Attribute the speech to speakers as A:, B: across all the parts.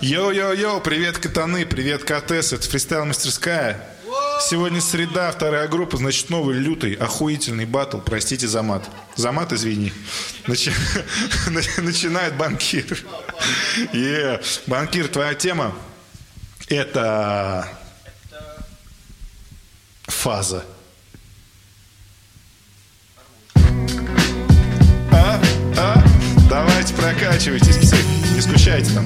A: Йоу-йоу-йоу, привет, катаны, привет, КТС, это фристайл-мастерская. Сегодня среда, вторая группа, значит, новый лютый, охуительный баттл, простите за мат. За мат, извини. Начинает Банкир. Банкир, твоя тема – это фаза. Давайте прокачивайтесь, псы, не скучайте там.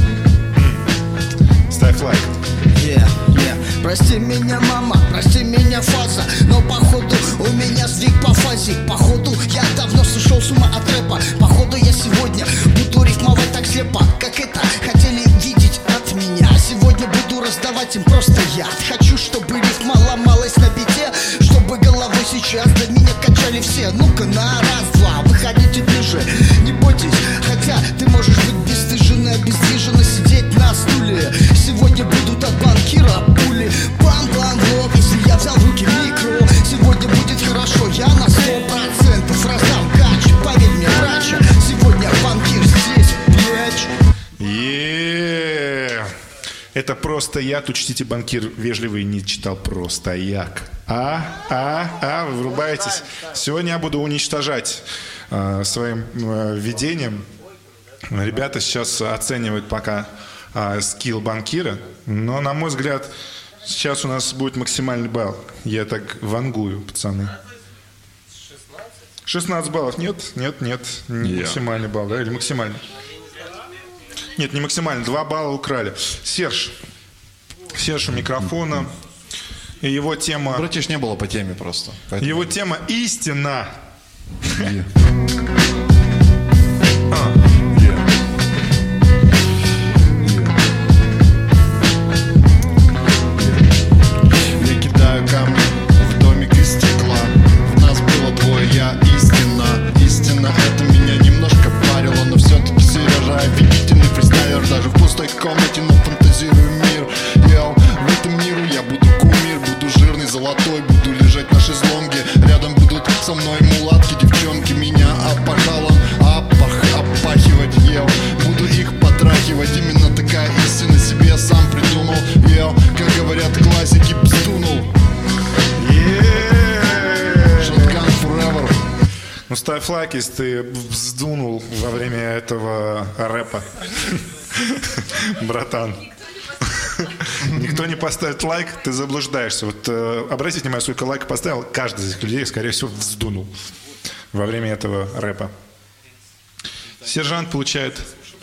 A: Ставь лайк.
B: Прости меня, мама, прости меня, фаза. Но походу у меня сдвиг по фазе. Походу я давно сошел с ума от рэпа. Походу я сегодня буду рифмовать так слепо, как это хотели видеть от меня. Сегодня буду раздавать им просто яд. Хочу, чтобы рифма ломалась на бите, чтобы головой сейчас до меня качали все. Ну-ка на раз-два, выходите ближе, не бойтесь. Хотя ты можешь быть бесстыженно, обездвиженно сидеть на стуле. Сегодня будут от банкира пули. Бам-бам в лоб, если я взял в руки микро. Сегодня будет хорошо, я на 100% раздам кач. Поверь мне, врача, сегодня банкир здесь, блядь.
A: Это просто яд, учтите, банкир вежливый не читал просто як. Вы врубаетесь? Сегодня я буду уничтожать своим видением. Ребята сейчас оценивают пока скилл банкира, но, на мой взгляд, сейчас у нас будет максимальный балл. Я так вангую, пацаны. 16 баллов. Нет, не максимальный балл, да? Или максимальный? Нет, не максимальный, 2 балла украли. Серж у микрофона. И его тема...
C: Братиш не было по теме просто.
A: Поэтому... Его тема истина.
C: Я кидаю камни в домик из стекла. В нас было двое, я истина. Истина, это меня немножко парило, но все-таки Сережа офигительный фристайлер. Даже в пустой комнате, но фантазирую мир. Йоу, в этом миру я буду кумир. Буду жирный, золотой, буду лежать на шезлонге. Рядом будут со мной мулатки, девчонки. Меня опахалом опахивать, йоу. Буду их потрахивать. Именно такая истина себе сам придумал. Йоу, как говорят классики, пстунул. Shotgun forever.
A: Ну, ставь лайк, если ты вздунул во время этого рэпа. Братан. Никто не поставит лайк, ты заблуждаешься. Вот обратите внимание, сколько лайков поставил, каждый из этих людей, скорее всего, вздунул во время этого рэпа. Сержант получает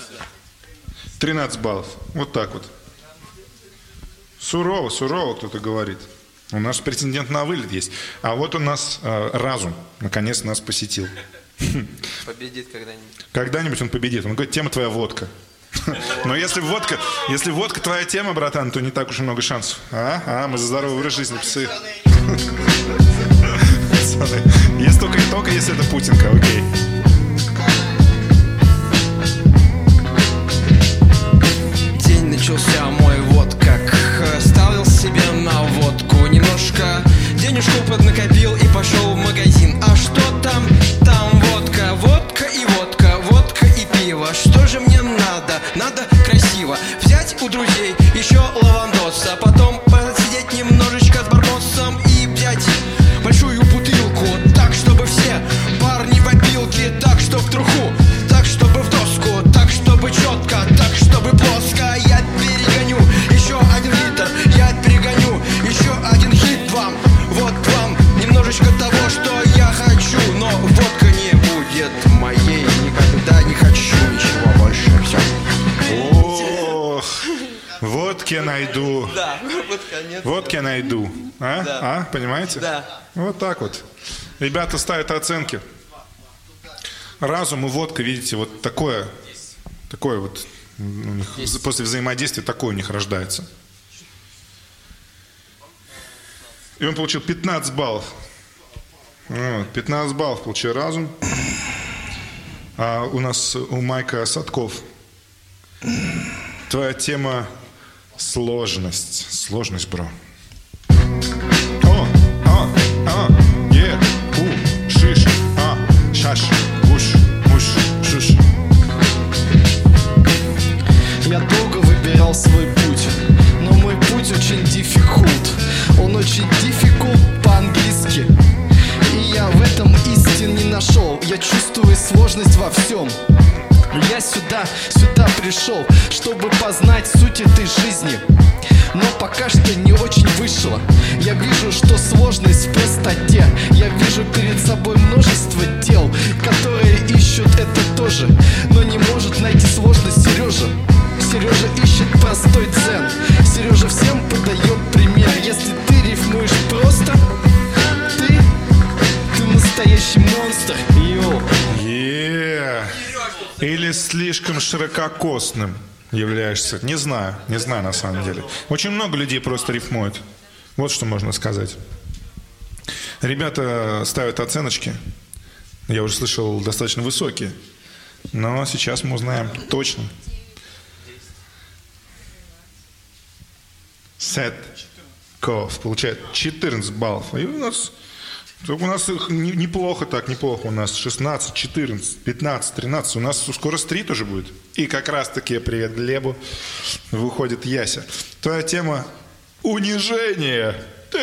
A: 13 баллов. Вот так вот. Сурово, кто-то говорит. У нас претендент на вылет есть. А вот у нас разум наконец нас посетил.
D: Победит когда-нибудь.
A: Когда-нибудь он победит. Он говорит, тема твоя водка. Но если водка твоя тема, братан, то не так уж и много шансов. Мы за здоровый образ жизни, псы. Есть только если это Путинка, окей.
D: День начался мой вот как. Ставил себе на водку немножко. Денежку поднакопил и пошел в магазин. А что там? Там водка, водка и водка, водка и пиво. Что же мне надо? Надо красиво взять у друзей еще лавандос, а потом посидеть немножечко с барбосом и взять большую бутылку. Так, чтобы все парни в опилке, так, что в труху, так, чтобы в доску, так, чтобы четко, так, чтобы плоско. Я перегоню еще 1 литр, я перегоню еще 1 хит вам. Вот вам немножечко того, что я хочу, но водка не будет моей. Никогда не хочу ничего больше. Все.
A: Ох, водки найду.
D: Да, водка нет.
A: Водки найду.
D: Да.
A: Понимаете?
D: Да.
A: Вот так вот. Ребята ставят оценки. Разум и водка, видите, вот такое вот у них, после взаимодействия такое у них рождается. И он получил 15 баллов. 15 баллов получил разум. А у нас у Майка Садков. Твоя тема сложность. Сложность, бро. Шиш, шаш, гуш, муш, шуш.
B: Я долго выбирал
E: выбирал свой путь. Но мой путь очень difficult. Он очень difficult по-английски. И я в этом истин не нашел. Я чувствую сложность во всем. Я сюда пришел, чтобы познать суть этой жизни. Но пока что не очень вышло. Я вижу, что сложность в простоте. Я вижу перед собой множество дел, которые ищут это тоже, но не может найти сложность Сережа. Сережа ищет простой дзен. Сережа всем подает пример. Если ты рифмуешь просто, ты настоящий монстр. Йоу.
A: Или слишком ширококосным являешься. Не знаю на самом деле. Очень много людей просто рифмуют. Вот что можно сказать. Ребята ставят оценочки. Я уже слышал, достаточно высокие. Но сейчас мы узнаем точно. Сетков получает 14 баллов. И у нас неплохо так, неплохо. У нас 16, 14, 15, 13. У нас скоро стрит уже будет. И как раз-таки, привет Глебу, выходит Яся. Твоя тема — унижение.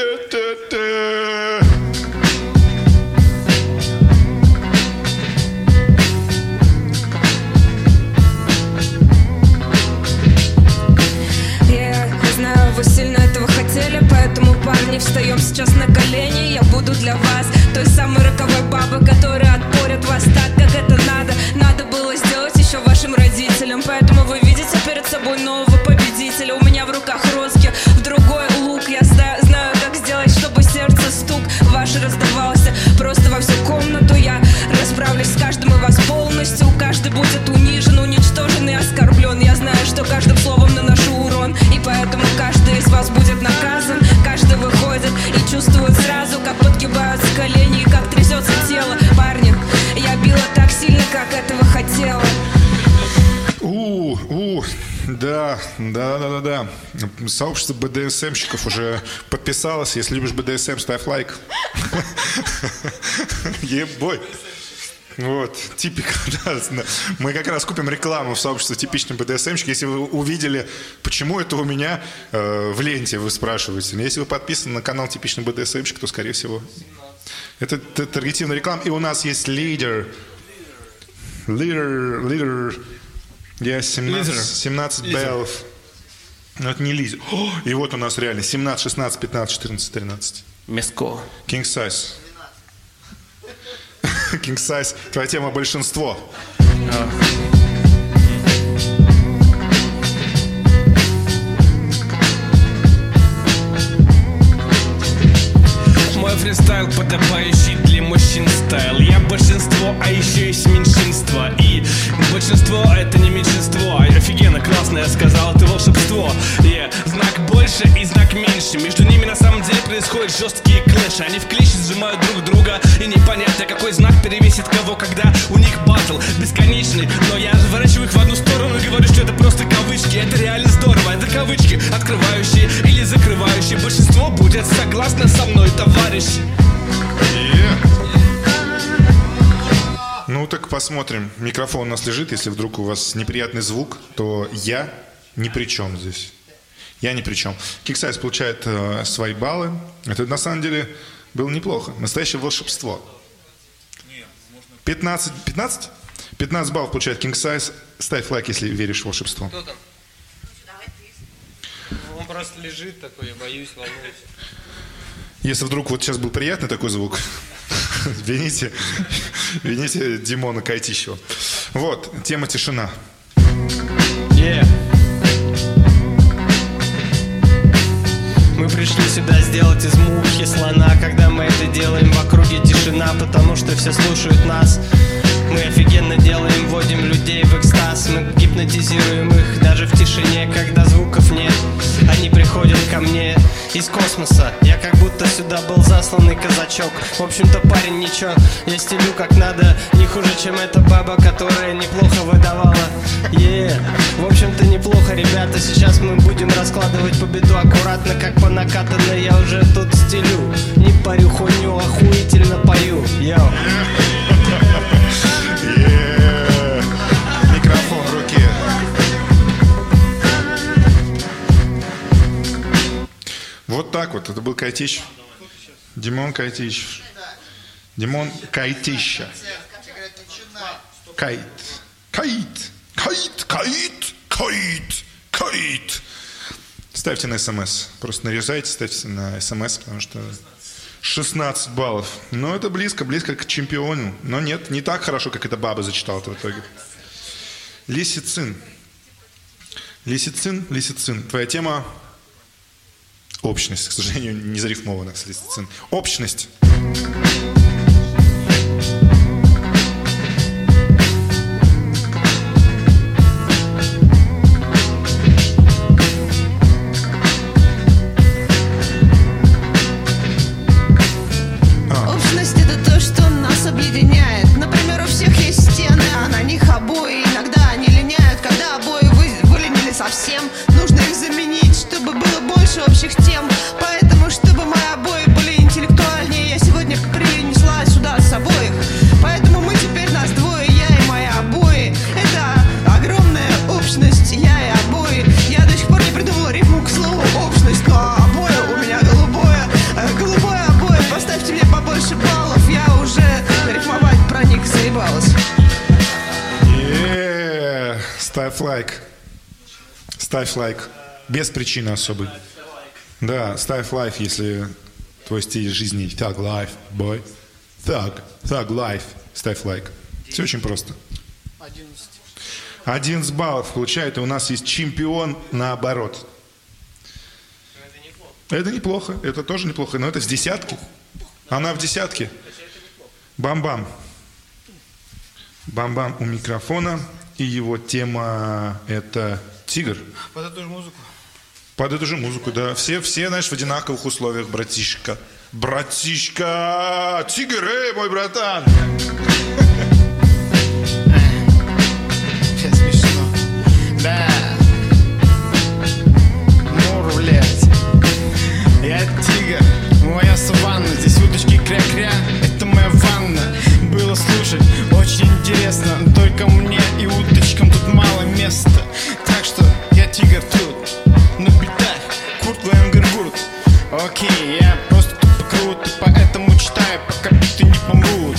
F: Вы сильно этого хотели, поэтому, парни, встаем сейчас на колени. Я буду для вас той самой роковой бабой, которая отпорит вас так, как это надо. Надо было сделать еще вашим родителям. Поэтому вы видите перед собой нового победителя. У меня в руках розги, в другой лук. Я знаю, как сделать, чтобы сердце стук ваш раздавался просто во всю комнату. Я расправлюсь с каждым из вас полностью. Каждый будет унижен, уничтожен и оскорблен. Я знаю, что каждым словом наношу урон, и поэтому каждый из вас будет наказан. Каждый выходит и чувствует сразу, как подгибаются колени и как трясется тело. Парни, я била так сильно, как этого хотела.
A: Да. Сообщество БДСМщиков уже подписалось. Если любишь БДСМ, ставь лайк. Ебой. Вот, типика, да. Мы как раз купим рекламу в сообществе типичный БДСМщик. Если вы увидели, почему это у меня в ленте, вы спрашиваете. Но если вы подписаны на канал типичный БДСМщик, то, скорее всего, это таргетивная реклама. И у нас есть лидер. Я 17 баллов. Но это не лидер. И вот у нас реально 17, 16, 15, 14, 13.
E: Меско.
A: King Size. King Size, твоя тема большинство.
D: Мой фристайл подобающий для мужчин стайл. Я большинство, а еще есть меньшинство. И большинство это не меньшинство. Офигенно классно, я сказал, это волшебство. Знак больше и знак меньше. Между ними на самом деле происходят жесткие клэши. Они в клещи сжимают друг друга. И непонятно, какой знак перевесит кого, когда у них баттл бесконечный. Но я разворачиваю их в одну сторону и говорю, что это просто кавычки. Это реально здорово, это кавычки, открывающие или закрывающие. Большинство будет согласно со мной, товарищ.
A: Ну так посмотрим. Микрофон у нас лежит. Если вдруг у вас неприятный звук, то я ни при чем здесь. Я ни при чем. King Size получает свои баллы. Это на самом деле было неплохо. Настоящее волшебство. 15 баллов получает King Size. Ставь лайк, если веришь в волшебство.
G: Кто там? Он просто лежит такой, я боюсь, волнуюсь.
A: Если вдруг вот сейчас был приятный такой звук, вините Димона Кайтищева. Вот, тема тишина.
E: Мы пришли сюда сделать из мухи слона. Когда мы это делаем, в округе тишина, потому что все слушают нас. Мы офигенно делаем, вводим людей в экстаз. Мы гипнотизируем их даже в тишине, когда звуков нет. Они приходят ко мне из космоса. Я как будто сюда был засланный казачок. В общем-то, парень, ничего, я стелю как надо. Не хуже, чем эта баба, которая неплохо выдавала. В общем-то, неплохо, ребята. Сейчас мы будем раскладывать победу аккуратно, как по накатанной. Я уже тут стелю. Не парю хуйню, охуительно пою. Йоу.
A: Микрофон в руке. так вот, это был Кайтищ. Димон Кайтищ. Димон Кайтища. Кайт. Кайт. Кайт. Кайт. Кайт. Кайт. Ставьте на СМС. Просто нарезайте, ставьте на СМС, потому что 16 баллов. Ну, это близко к чемпиону. Но нет, не так хорошо, как эта баба зачитала-то в итоге. Лисицин. Лисицин. Твоя тема — общность. К сожалению, не зарифмована с лисицин. Общность.
B: Общность — это то, что нас объединяет. Например, у всех есть стены, а на них обои. Иногда они линяют, когда обои вылинили совсем. Нужно их заменить, чтобы было больше общих тем. Поэтому, чтобы мои обои были интеллектуальнее, я сегодня принесла сюда с собой их. Поэтому мы теперь нас двое, я и мои обои. Это огромная общность, я и обои. Я до сих пор не придумала рифму к слову общность, но обои у меня голубое обои. Поставьте мне побольше баллов, я уже рифмовать про них заебалась.
A: Ставь лайк. Ставь лайк. Без причины особой. Да, ставь лайк, если твой стиль жизни Thug Life, boy. Thug Life. Ставь лайк. Все очень просто. 11 баллов получает, и у нас есть чемпион наоборот. Это неплохо, это тоже неплохо, но это в десятке. Она в десятке. Бам-бам. Бам-бам у микрофона. И его тема — это тигр.
G: Под эту же музыку.
A: Под эту же музыку, да. Все, знаешь, в одинаковых условиях, братишка. Братишка! Тигр, мой братан!
D: Сейчас смешно. Да. Мур, блядь. Я тигр, моя саванна. Здесь уточки кря-кря, это моя ванна. Было слушать очень интересно, только мне и уточкам тут мало места. Так что я тигр тут, на битах, Курт Венгергурт. Окей, я просто тупо крут, и поэтому читаю, пока биты не помрут.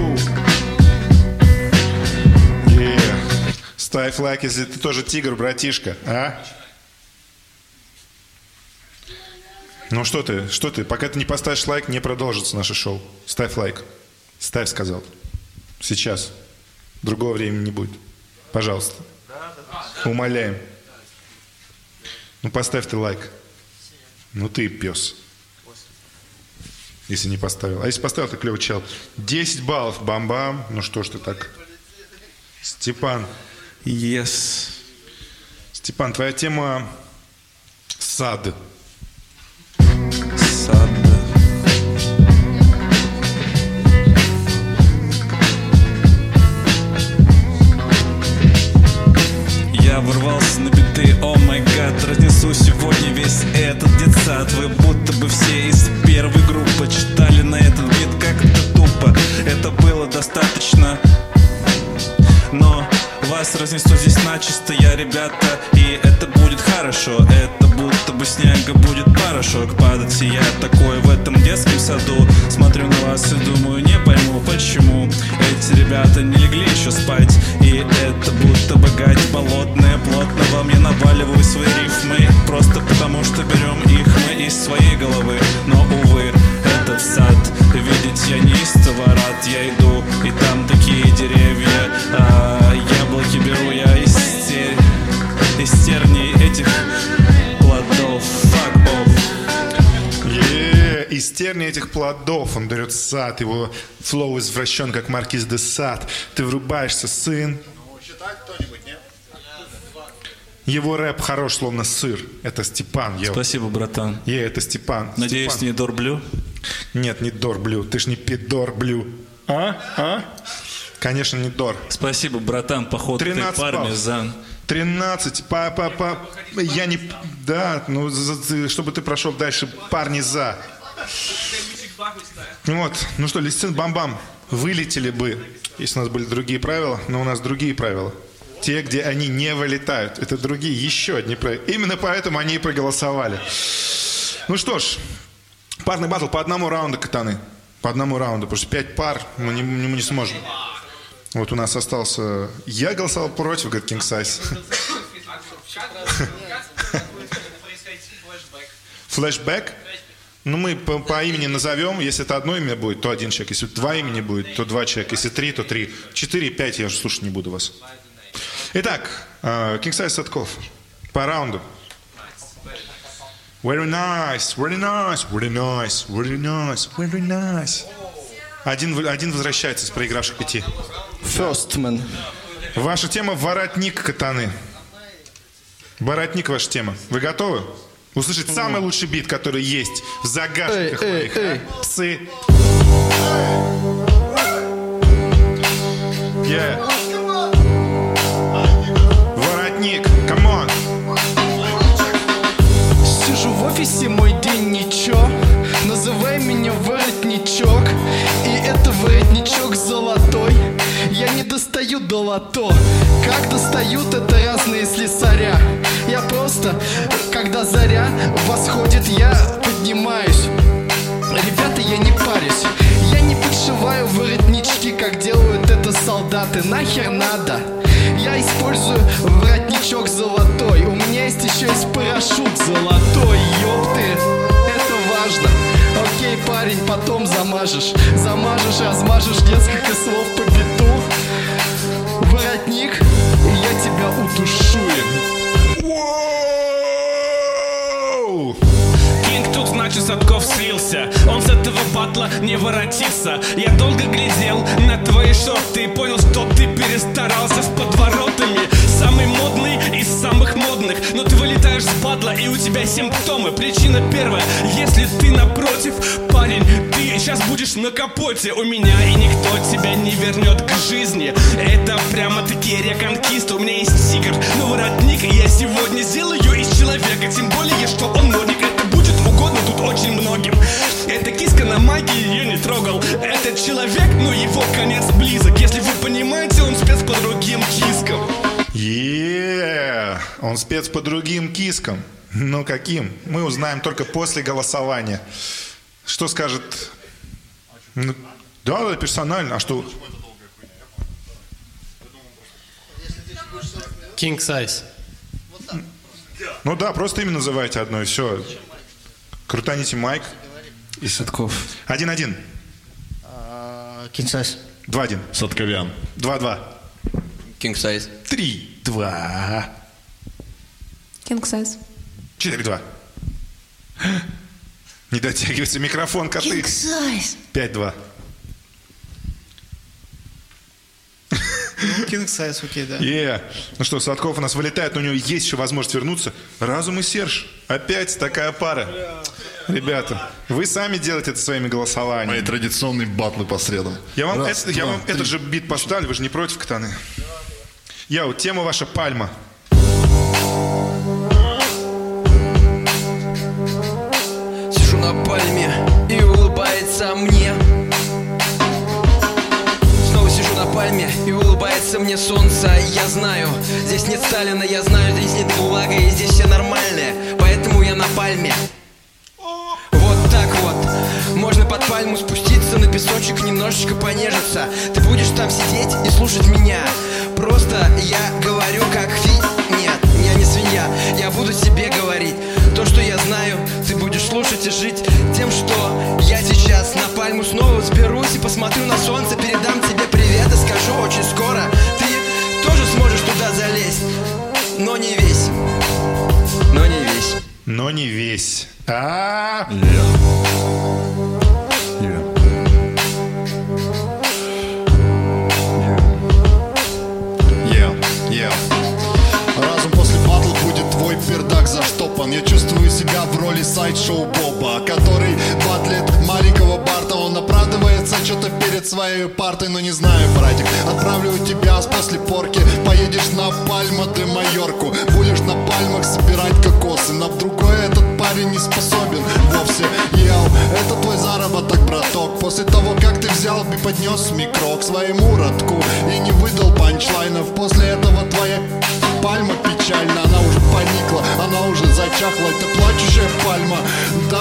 A: Ставь лайк, если ты тоже тигр, братишка, а? Ну что ты, пока ты не поставишь лайк, не продолжится наше шоу. Ставь лайк. Ставь, сказал. Сейчас. Другого времени не будет. Пожалуйста. Умоляем. Ну поставь ты лайк. Ну ты пес. Если не поставил. А если поставил, ты клевый чел. 10 баллов, бам-бам. Ну что ж ты так. Степан.
H: Yes.
A: Степан, твоя тема — сад.
H: Сад. Я ворвался на биты, о май гад. Разнесу сегодня весь этот детсад. Вы будто бы все из первой группы читали на этот бит как-то тупо. Это было достаточно, но вас разнесу здесь начисто, я, ребята, и это будет хорошо. Это будто бы снега будет порошок падать, и я такой в этом детском саду. Смотрю на вас и думаю, не пойму, почему эти ребята не легли еще спать. И это будто бы гать болотная, плотно во мне наваливаю свои рифмы. Просто потому что берем их мы из своей головы. Но, увы, этот сад видеть я неистово рад. Я иду, и там такие деревья, яблоки беру я из терней этих плодов. Fuck off.
A: Из терней этих плодов он берет сад. Его флоу извращен, как Маркиз де Сад. Ты врубаешься, сын. Его рэп хорош, словно сыр. Это Степан.
H: Спасибо, братан.
A: Это Степан.
H: Надеюсь,
A: Степан.
H: не дорблю?
A: Нет, не дорблю. Ты ж не пидорблю. А? Конечно, не дор.
H: Спасибо, братан, походу ты пармезан.
A: 13. Я не... Да, ну, чтобы ты прошел дальше, парни за. Вот. Ну что, Лисицин, бам-бам. Вылетели бы, если у нас были другие правила, но у нас другие правила. Те, где они не вылетают. Это другие, еще одни правила. Именно поэтому они и проголосовали. Ну что ж, парный баттл по одному раунду, катаны. По одному раунду, потому что 5 пар мы не сможем. Вот у нас остался... Я голосовал против, говорит King Size. Флэшбэк? Ну, мы по имени назовем. Если это одно имя будет, то один человек. Если 2 имени будет, то 2 человека. Если 3, то 3. 4 и 5 я уже слушать не буду вас. Итак, King Size Садков. По раунду. Very nice, very nice, very nice, very nice, very nice. Один возвращается из проигравших 5.
B: First man.
A: Ваша тема — воротник, катаны. Воротник — ваша тема. Вы готовы? Услышать самый лучший бит, который есть в загашниках моих, псы. Yeah. Воротник, come on.
B: Сижу в офисе, мой день ничего. Называй меня воротничок. И это воротничок золотой. Я не достаю до лото. Как достают, это разные слесаря. Я просто, когда заря восходит, я поднимаюсь. Ребята, я не парюсь. Я не подшиваю воротнички, как делают это солдаты. Нахер надо. Я использую воротничок золотой. У меня есть еще есть парашют золотой. Ёпты, это важно. Окей, парень, потом замажешь. Замажешь, размажешь несколько слов по биту. Воротник, я тебя удушую.
H: Кинг тут, значит, Садков слился. Он с этого батла не воротится. Я долго глядел на твои шорты и понял, что ты перестарался с подворотами. Самый модный из самых модных. Но ты вылетаешь с батла, и у тебя симптомы. Причина первая: если ты напротив, парень, ты сейчас будешь на капоте у меня, и никто тебя не вернет к жизни. Это прямо-таки реконкиста. У меня есть тигр, но воротник я сегодня сделаю из человека. Тем более, что он модник. Это будет угодно тут очень многим. Это киска на магии, ее не трогал. Этот человек, но его конец близок. Если вы понимаете, он спец по другим кискам.
A: Он спец по другим кискам. Ну каким? Мы узнаем только после голосования. Что скажет? Ну, да, персонально. А что?
E: King Size.
A: Ну да, просто имя называйте одно и все. Крутаните майк.
B: И Садков.
A: 1-1.
B: King Size.
A: 2-1.
C: Садковян.
A: 2-2.
D: King Size.
A: 3-2.
F: King Size.
A: 4-2. Не дотягивается микрофон, коты. 5-2.
G: King Size, окей, да.
A: Ну что, Садков у нас вылетает, но у него есть еще возможность вернуться. Разум и Серж. Опять такая пара. Ребята, вы сами делаете это своими голосованиями.
C: Мои традиционные батлы по средам.
A: Я вам этот же бит поставлю, вы же не против, катаны? Вот тема ваша — пальма.
D: Сижу на пальме и улыбается мне. Снова сижу на пальме и улыбается мне солнце. Я знаю, здесь нет Сталина, я знаю, здесь нет ГУЛАГа, и здесь все нормальные. Поэтому я на пальме. Вот так вот. Можно под пальму спуститься, на песочек немножечко понежиться. Ты будешь там сидеть и слушать меня. Просто я говорю как Нет, я не свинья. Я буду себе говорить то, что я знаю. Ты будешь слушать и жить тем, что я сейчас на пальму снова взберусь и посмотрю на солнце. Передам тебе привет и скажу: очень скоро ты тоже сможешь туда залезть. Но не весь. Но не весь.
A: Но не весь.
C: Разум после батл будет твой пердак заштопан. Я чувствую себя в роли сайд-шоу Боба, который батлит маленького Барта. Он оправдывается что-то перед своей партой. Но не знаю, братик, отправлю тебя после порки. Поедешь на Пальма де Майорку. Будешь на пальмах собирать кокосы. На другое этот парень не способен вовсе. Это твой заработок, браток. После того, как ты взял и поднес микро к своему родку и не выдал панчлайнов, после этого твоя пальма печальна. Она уже поникла, она уже зачахла. Это плачущая пальма. Да,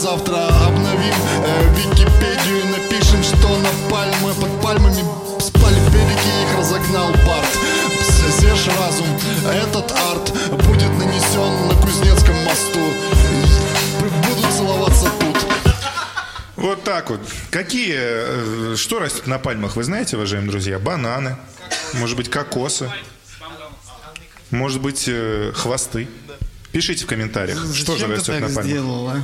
C: завтра обновим Википедию и напишем, что на пальмы под пальмами спали береги, их разогнал Барт. Серж разум, этот арт будет нанесен на Кузнецком мосту. Будут целоваться тут.
A: Вот так вот. Что растет на пальмах, вы знаете, уважаемые друзья? Бананы, может быть, кокосы, может быть, хвосты. Пишите в комментариях, что же растет на пальмах.
B: Сделал, а?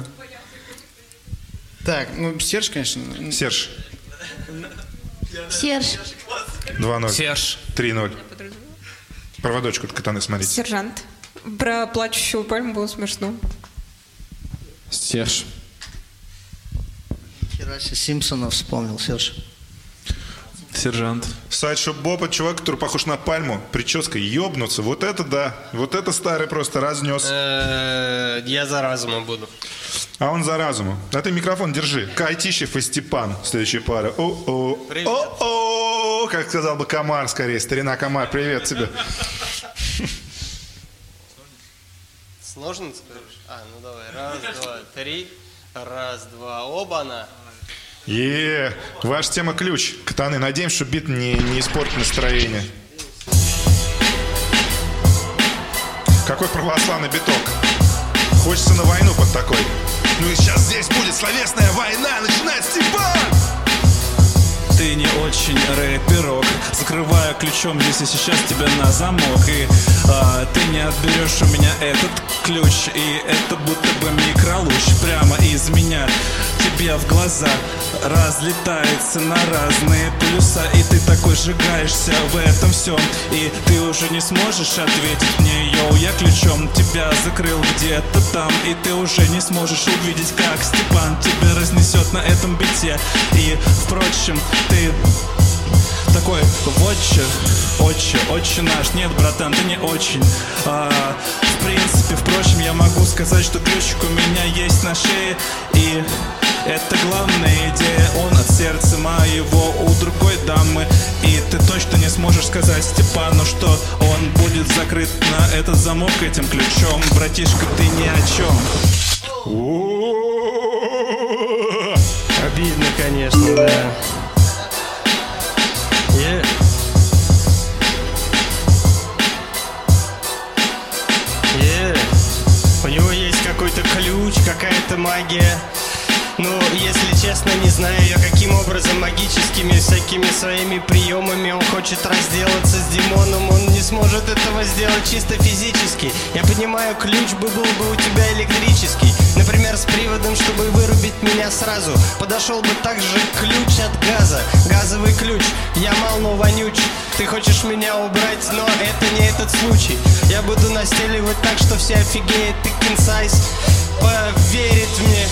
B: Так, Серж, конечно.
A: Серж.
I: Серж.
A: 2-0.
E: Серж.
A: 3-0. Проводочку от Катаны смотрите.
F: Сержант. Про плачущую пальму было смешно.
E: Серж.
B: Вчера Симпсонов вспомнил, Серж.
H: Сержант.
A: Сайдшоу Боб, чувак, который похож на пальму, прической ёбнуться. Вот это да. Вот это старый просто разнес.
E: Я за разумом буду.
A: А он за разумом. А ты микрофон держи. Кайтищев и Степан. Следующая пара. О-о.
E: Привет.
A: О-о. Как сказал бы Комар скорее. Старина Комар, привет тебе.
E: Сложно скажешь? Ну давай. Раз, два, три. Раз, два. Оба-на.
A: Ваша тема ключ. Катаны, надеемся, что бит не испортит настроение. Какой православный биток. Хочется на войну под такой. Ну и сейчас здесь будет словесная война. Начинает Степан!
H: Ты не очень рэперок. Закрываю ключом здесь и сейчас тебя на замок. И ты не отберешь у меня этот ключ. И это будто бы микролуч прямо из меня тебе в глаза разлетается на разные полюса. И ты такой сжигаешься в этом всем. И ты уже не сможешь ответить мне: йоу, я ключом тебя закрыл где-то там. И ты уже не сможешь увидеть, как Степан тебя разнесет на этом бите. И, впрочем, ты такой: отче наш. Нет, братан, ты не очень. В принципе, впрочем, я могу сказать, что ключик у меня есть на шее. И это главная идея, он от сердца моего у другой дамы. И ты точно не сможешь сказать Степану, что он будет закрыт на этот замок этим ключом. Братишка, ты ни о чем.
E: Обидно, конечно, да. У него есть какой-то ключ, какая-то магия. Ну, если честно, не знаю я, каким образом магическими всякими своими приемами он хочет разделаться с Димоном. Он не сможет этого сделать чисто физически. Я понимаю, ключ был бы у тебя электрический, например, с приводом, чтобы вырубить меня сразу. Подошел бы также ключ от газа, газовый ключ. Я мал, но вонюч. Ты хочешь меня убрать, но это не этот случай. Я буду настеливать так, что все офигеют. Ты Кинсайз поверит мне.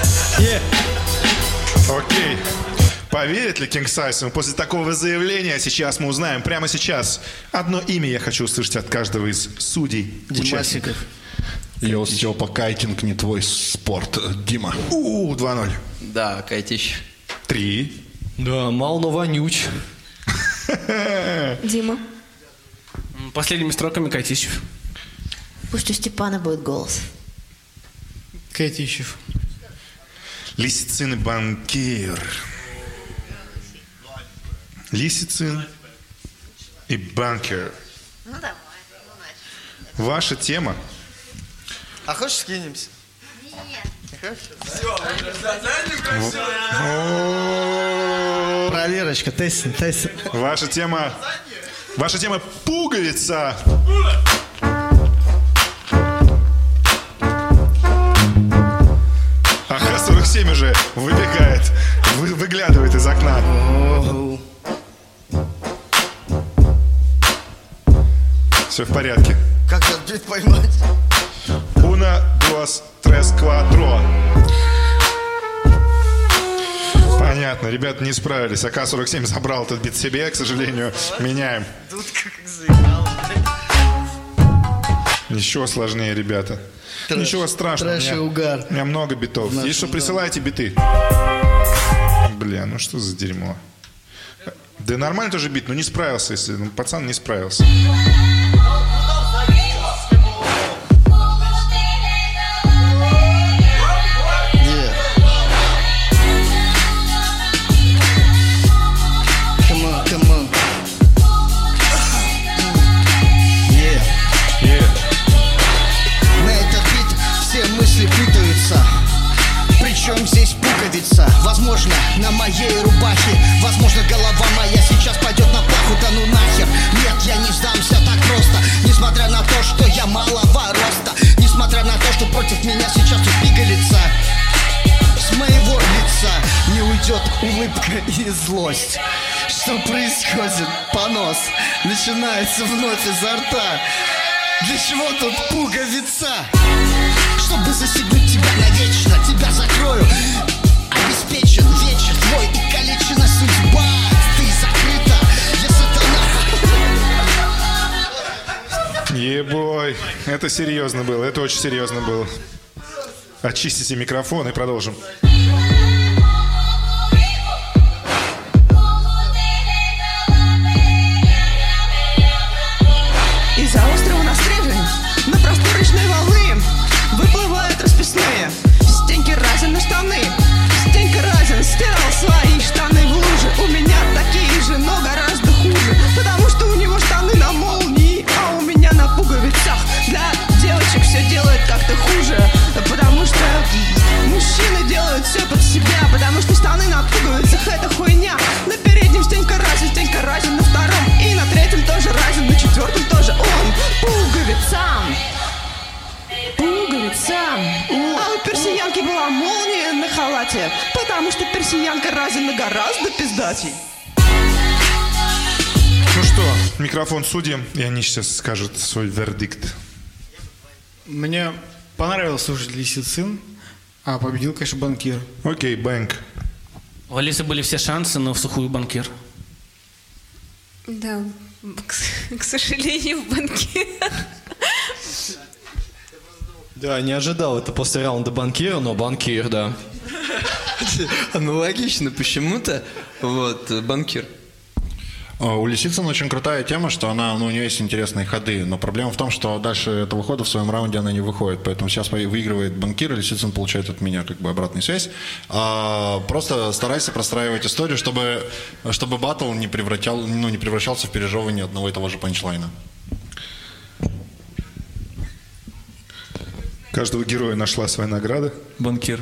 A: Окей. Поверит ли King Size после такого заявления? Сейчас мы узнаем. Прямо сейчас. Одно имя я хочу услышать от каждого из судей.
B: Димасиков.
C: Йоу, Степа, кайтинг не твой спорт. Дима.
A: 2-0.
J: Да, Кайтищ.
A: 3.
E: Да, мал, но вонюч.
F: Дима.
E: Последними строками Кайтищев.
I: Пусть у Степана будет голос.
B: Кайтищев.
A: Лисицин и банкир. Лисицин и банкир.
I: Ну давай.
A: Ваша тема.
J: А хочешь скинемся?
B: Проверочка, тест.
A: Ваша тема пуговица. Ах-47 уже выбегает, выглядывает из окна. Все в порядке.
J: Как этот бит поймать?
A: Uno, dos, tres, cuatro. Понятно, ребята не справились. АК-47 забрал этот бит себе, к сожалению. Меняем.
J: Тут как заиграл.
A: Еще сложнее, ребята. Ничего страшного.
B: Трэш и угар.
A: У меня много битов. Если что, присылайте биты. Бля, ну что за дерьмо. Да нормально тоже бит, но не справился, если пацан не справился.
B: мысли путаются. Причем здесь пуговица? Возможно, на моей рубахе. Возможно, голова моя сейчас пойдет на плаху. Да ну нахер, нет, я не сдамся так просто. Несмотря на то, что я малого роста, несмотря на то, что против меня сейчас тут пигалица, с моего лица не уйдет улыбка и злость. Что происходит? Понос начинается вновь изо рта. Для чего тут пуговица? Чтобы застегнуть тебя навечно, тебя закрою. Обеспечен вечер твой и калечена судьба. Ты закрыта, я сатана.
A: Ебой, это серьезно было, это очень серьезно было. Очистите микрофон и продолжим.
K: Из-за острова на стрижень, на простор речной волны выплывают расписные Стеньки Разин на штаны. Стенька Разин стирал свои штаны в луже. У меня такие же, но гораздо хуже, потому что у него штаны на молнии, а у меня на пуговицах. Для девочек все делает как-то хуже, потому что мужчины делают все под себя, потому что штаны на пуговицах это хуйня. На переднем Стенька Разин на втором и на третьем тоже Разин, на четвертом тоже он. Пуговицам. А у персиянки была молния на халате, потому что персиянка Разина гораздо пиздатей.
A: Ну что, микрофон судьям, и они сейчас скажут свой вердикт.
L: Мне понравился слушать Лисицин, а победил, конечно, Банкир.
A: Окей, Бэнк.
M: У Алисы были все шансы, но в сухую Банкир.
F: Да, к сожалению, Банкир.
J: Да, не ожидал это после раунда Банкира, но Банкир, да. Аналогично почему-то. Вот, Банкир.
C: У Лисицына очень крутая тема, что она, у нее есть интересные ходы, но проблема в том, что дальше этого хода в своем раунде она не выходит, поэтому сейчас выигрывает Банкир, и Лисицын получает от меня как бы обратную связь. Просто старайся простраивать историю, чтобы баттл не превращался в пережевывание одного и того же панчлайна.
A: Каждого героя нашла своя награда.
H: Банкир.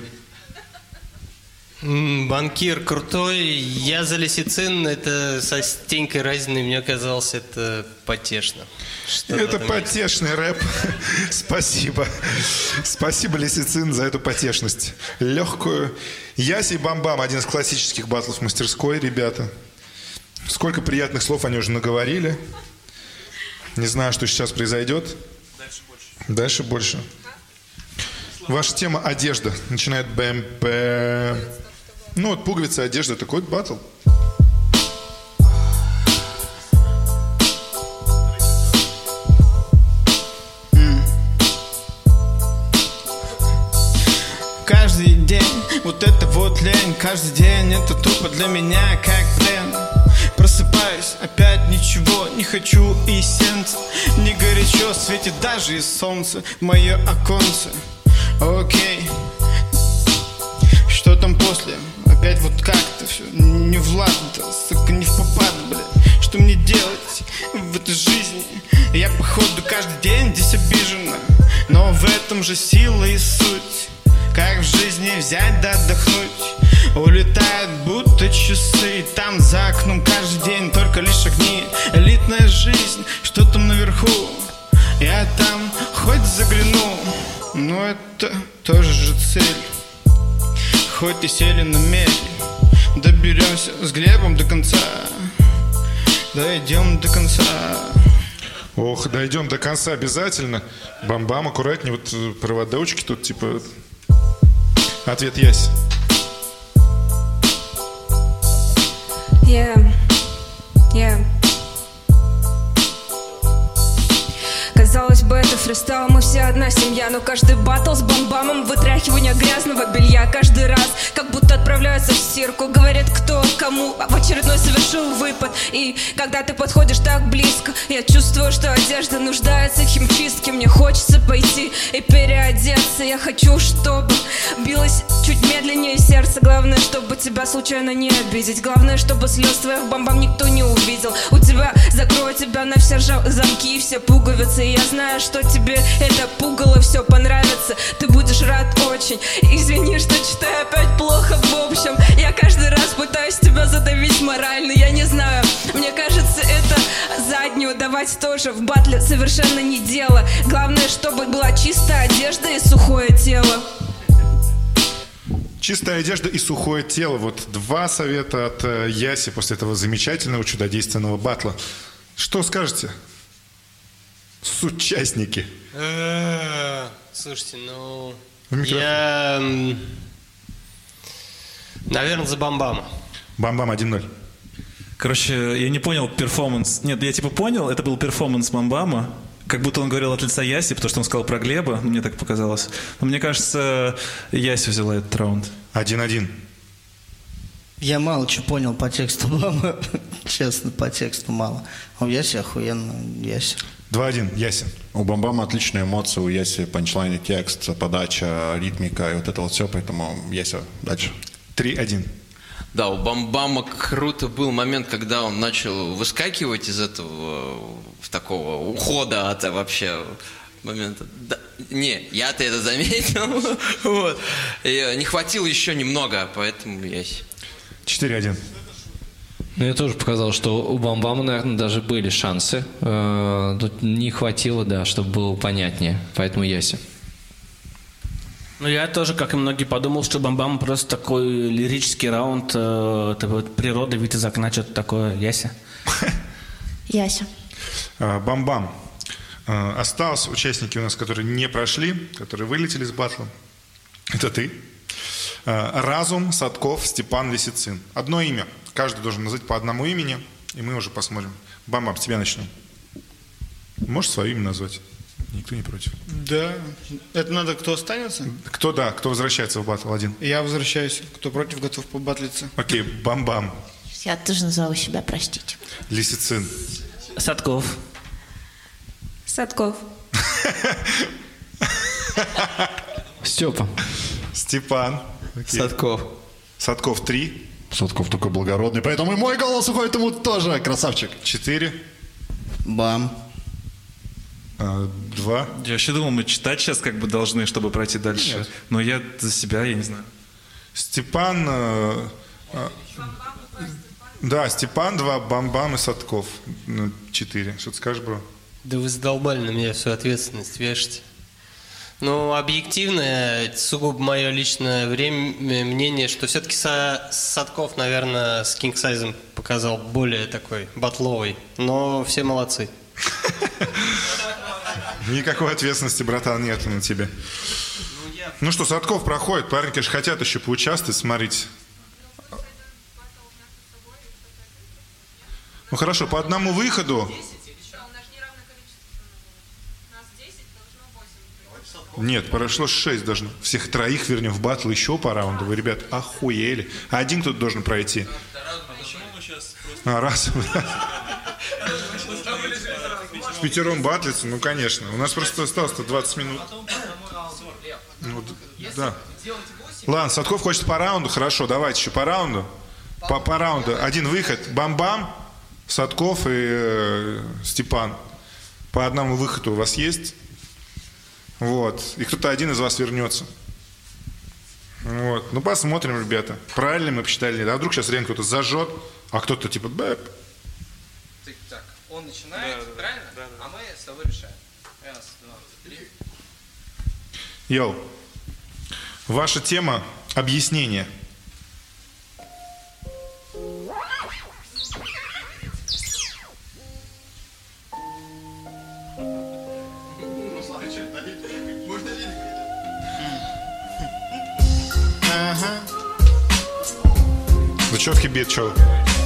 E: Банкир крутой. Я за Лисицин. Это со Стенькой Разиной. Мне казалось, это потешно.
A: Это потешный рэп. Спасибо. Спасибо, Лисицин, за эту потешность. Легкую. Яси и Бам-Бам. Один из классических батлов в мастерской, ребята. Сколько приятных слов они уже наговорили. Не знаю, что сейчас произойдет. Дальше больше. Ваша тема одежда. Начинает БМП. Ну вот пуговица, одежда. Такой вот баттл.
K: Каждый день вот это вот лень. Каждый день это тупо для меня как плен. Просыпаюсь, опять ничего не хочу и сенс. Не горячо, светит даже и солнце в мое оконце. Окей, что там после? Опять вот как-то все не владно-то, сука, не в попад, блядь. Что мне делать в этой жизни? Я походу каждый день здесь обижена, но в этом же сила и суть. Как в жизни взять да отдохнуть? Улетают будто часы, там за окном каждый день только лишь огни. Элитная жизнь, что там наверху? Я там хоть загляну, но это тоже же цель. Хоть и сели на мель, доберемся с Глебом до конца. Дойдем до конца.
A: Ох, дойдем до конца обязательно. Бам-бам, аккуратнее, вот проводочки тут типа. Ответ Ясь.
F: Казалось бы, это фристайл, мы все одна семья. Но каждый баттл с бам-бамом, вытряхивание грязного белья. Каждый раз, как будто отправляются в стирку. Говорят, кто кому в очередной совершил выпад. И когда ты подходишь так близко, я чувствую, что одежда нуждается в химчистке. Мне хочется пойти и переодеться. Я хочу, чтобы билось чуть медленнее сердце. Главное, чтобы тебя случайно не обидеть. Главное, чтобы слез твоих бам-бам никто не увидел. У тебя закроют тебя на все замки и все пуговицы. И я знаю, что тебе это пугало все понравится. Ты будешь рад очень. Извини, что читаю опять плохо в общем. Я каждый раз пытаюсь тебя задавить морально. Я не знаю, мне кажется, это заднюю давать тоже в батле совершенно не дело. Главное, чтобы была чистая одежда и сухое тело.
A: Чистая одежда и сухое тело. Вот два совета от Яси после этого замечательного, чудодейственного батла. Что скажете, соучастники?
E: Слушайте, ну... Я... Наверное, за Бамбама.
A: Бамбам 1-0.
H: Короче, я не понял перформанс. Нет, я типа понял, это был перформанс Бамбама. Как будто он говорил от лица Яси, потому что он сказал про Глеба. Мне так показалось. Но мне кажется, Яси взяла этот раунд.
A: 1-1.
B: Я мало что понял по тексту Бамы. Честно, по тексту мало. А у Яси охуенно. Яси.
A: 2-1. Яси.
C: У Бамбама отличные эмоции, у Яси панчлайны, текст, подача, ритмика и вот это вот все, поэтому Яси дальше.
A: 3-1.
N: Да, у Бамбама круто был момент, когда он начал выскакивать из этого такого ухода от вообще момента. Да, не, я-то это заметил. Вот. И не хватило еще немного, поэтому Яси.
A: 4-1.
J: Ну, мне тоже показалось, что у Бамбама, наверное, даже были шансы. Тут не хватило, да, чтобы было понятнее. Поэтому Яси.
M: Ну, я тоже, как и многие, подумал, что Бамбам просто такой лирический раунд, природа, вид из окна, что-то такое. Яся?
I: Яся.
A: Бамбам. Осталось участники у нас, которые не прошли, которые вылетели с батла. Это ты. Разум, Садков, Степан, Лисицин. Одно имя. Каждый должен назвать по одному имени, и мы уже посмотрим. Бамбам, с тебя начнем. Можешь свое имя назвать? Никто не против.
L: Да. Это надо, кто останется?
A: Кто возвращается в батл один?
L: Я возвращаюсь. Кто против, готов побатлиться.
A: Окей, Бамбам.
I: Я тоже назову себя, простите.
A: Лисицин.
M: Садков.
F: Садков.
J: Степа.
A: Степан. Окей.
N: Садков.
A: Садков 3.
C: Садков такой благородный, поэтому и мой голос уходит ему тоже. Красавчик.
A: 4.
B: Бам.
A: 2.
H: Я вообще думал, мы читать сейчас как бы должны, чтобы пройти дальше. Нет. Но я за себя, я не знаю.
A: Степан... да, Степан 2, Бамбам и Садков 4. Что ты скажешь, бро?
E: Да вы задолбали на меня всю ответственность вешать. Ну, объективно, сугубо мое личное мнение, что все-таки Садков, наверное, с кингсайзом показал более такой батловый. Но все молодцы.
A: Никакой ответственности, братан, нет на тебе. Ну что, Садков проходит. Парни, конечно, хотят еще поучаствовать, смотрите. Ну хорошо, по одному выходу. Нет, прошло 6 должно. Всех троих вернем в батл еще по раунду. Вы, ребят, охуели. А один кто-то должен пройти. Раз. В пятером батлиться, ну конечно. У нас просто осталось 20 минут. Ну, да. Ладно, Садков хочет по раунду. Хорошо, давайте еще по раунду. По раунду. Один выход. Бам-бам. Садков и Степан. По одному выходу у вас есть. Вот. И кто-то один из вас вернется. Вот. Ну, посмотрим, ребята. Правильно мы посчитали. А вдруг сейчас реально кто-то зажжет, а кто-то типа...
G: Так, он начинает, правильно? Да. А мы с тобой решаем. Раз, два, три.
A: Йоу. Ваша тема – объяснение. За четкий бит, чё?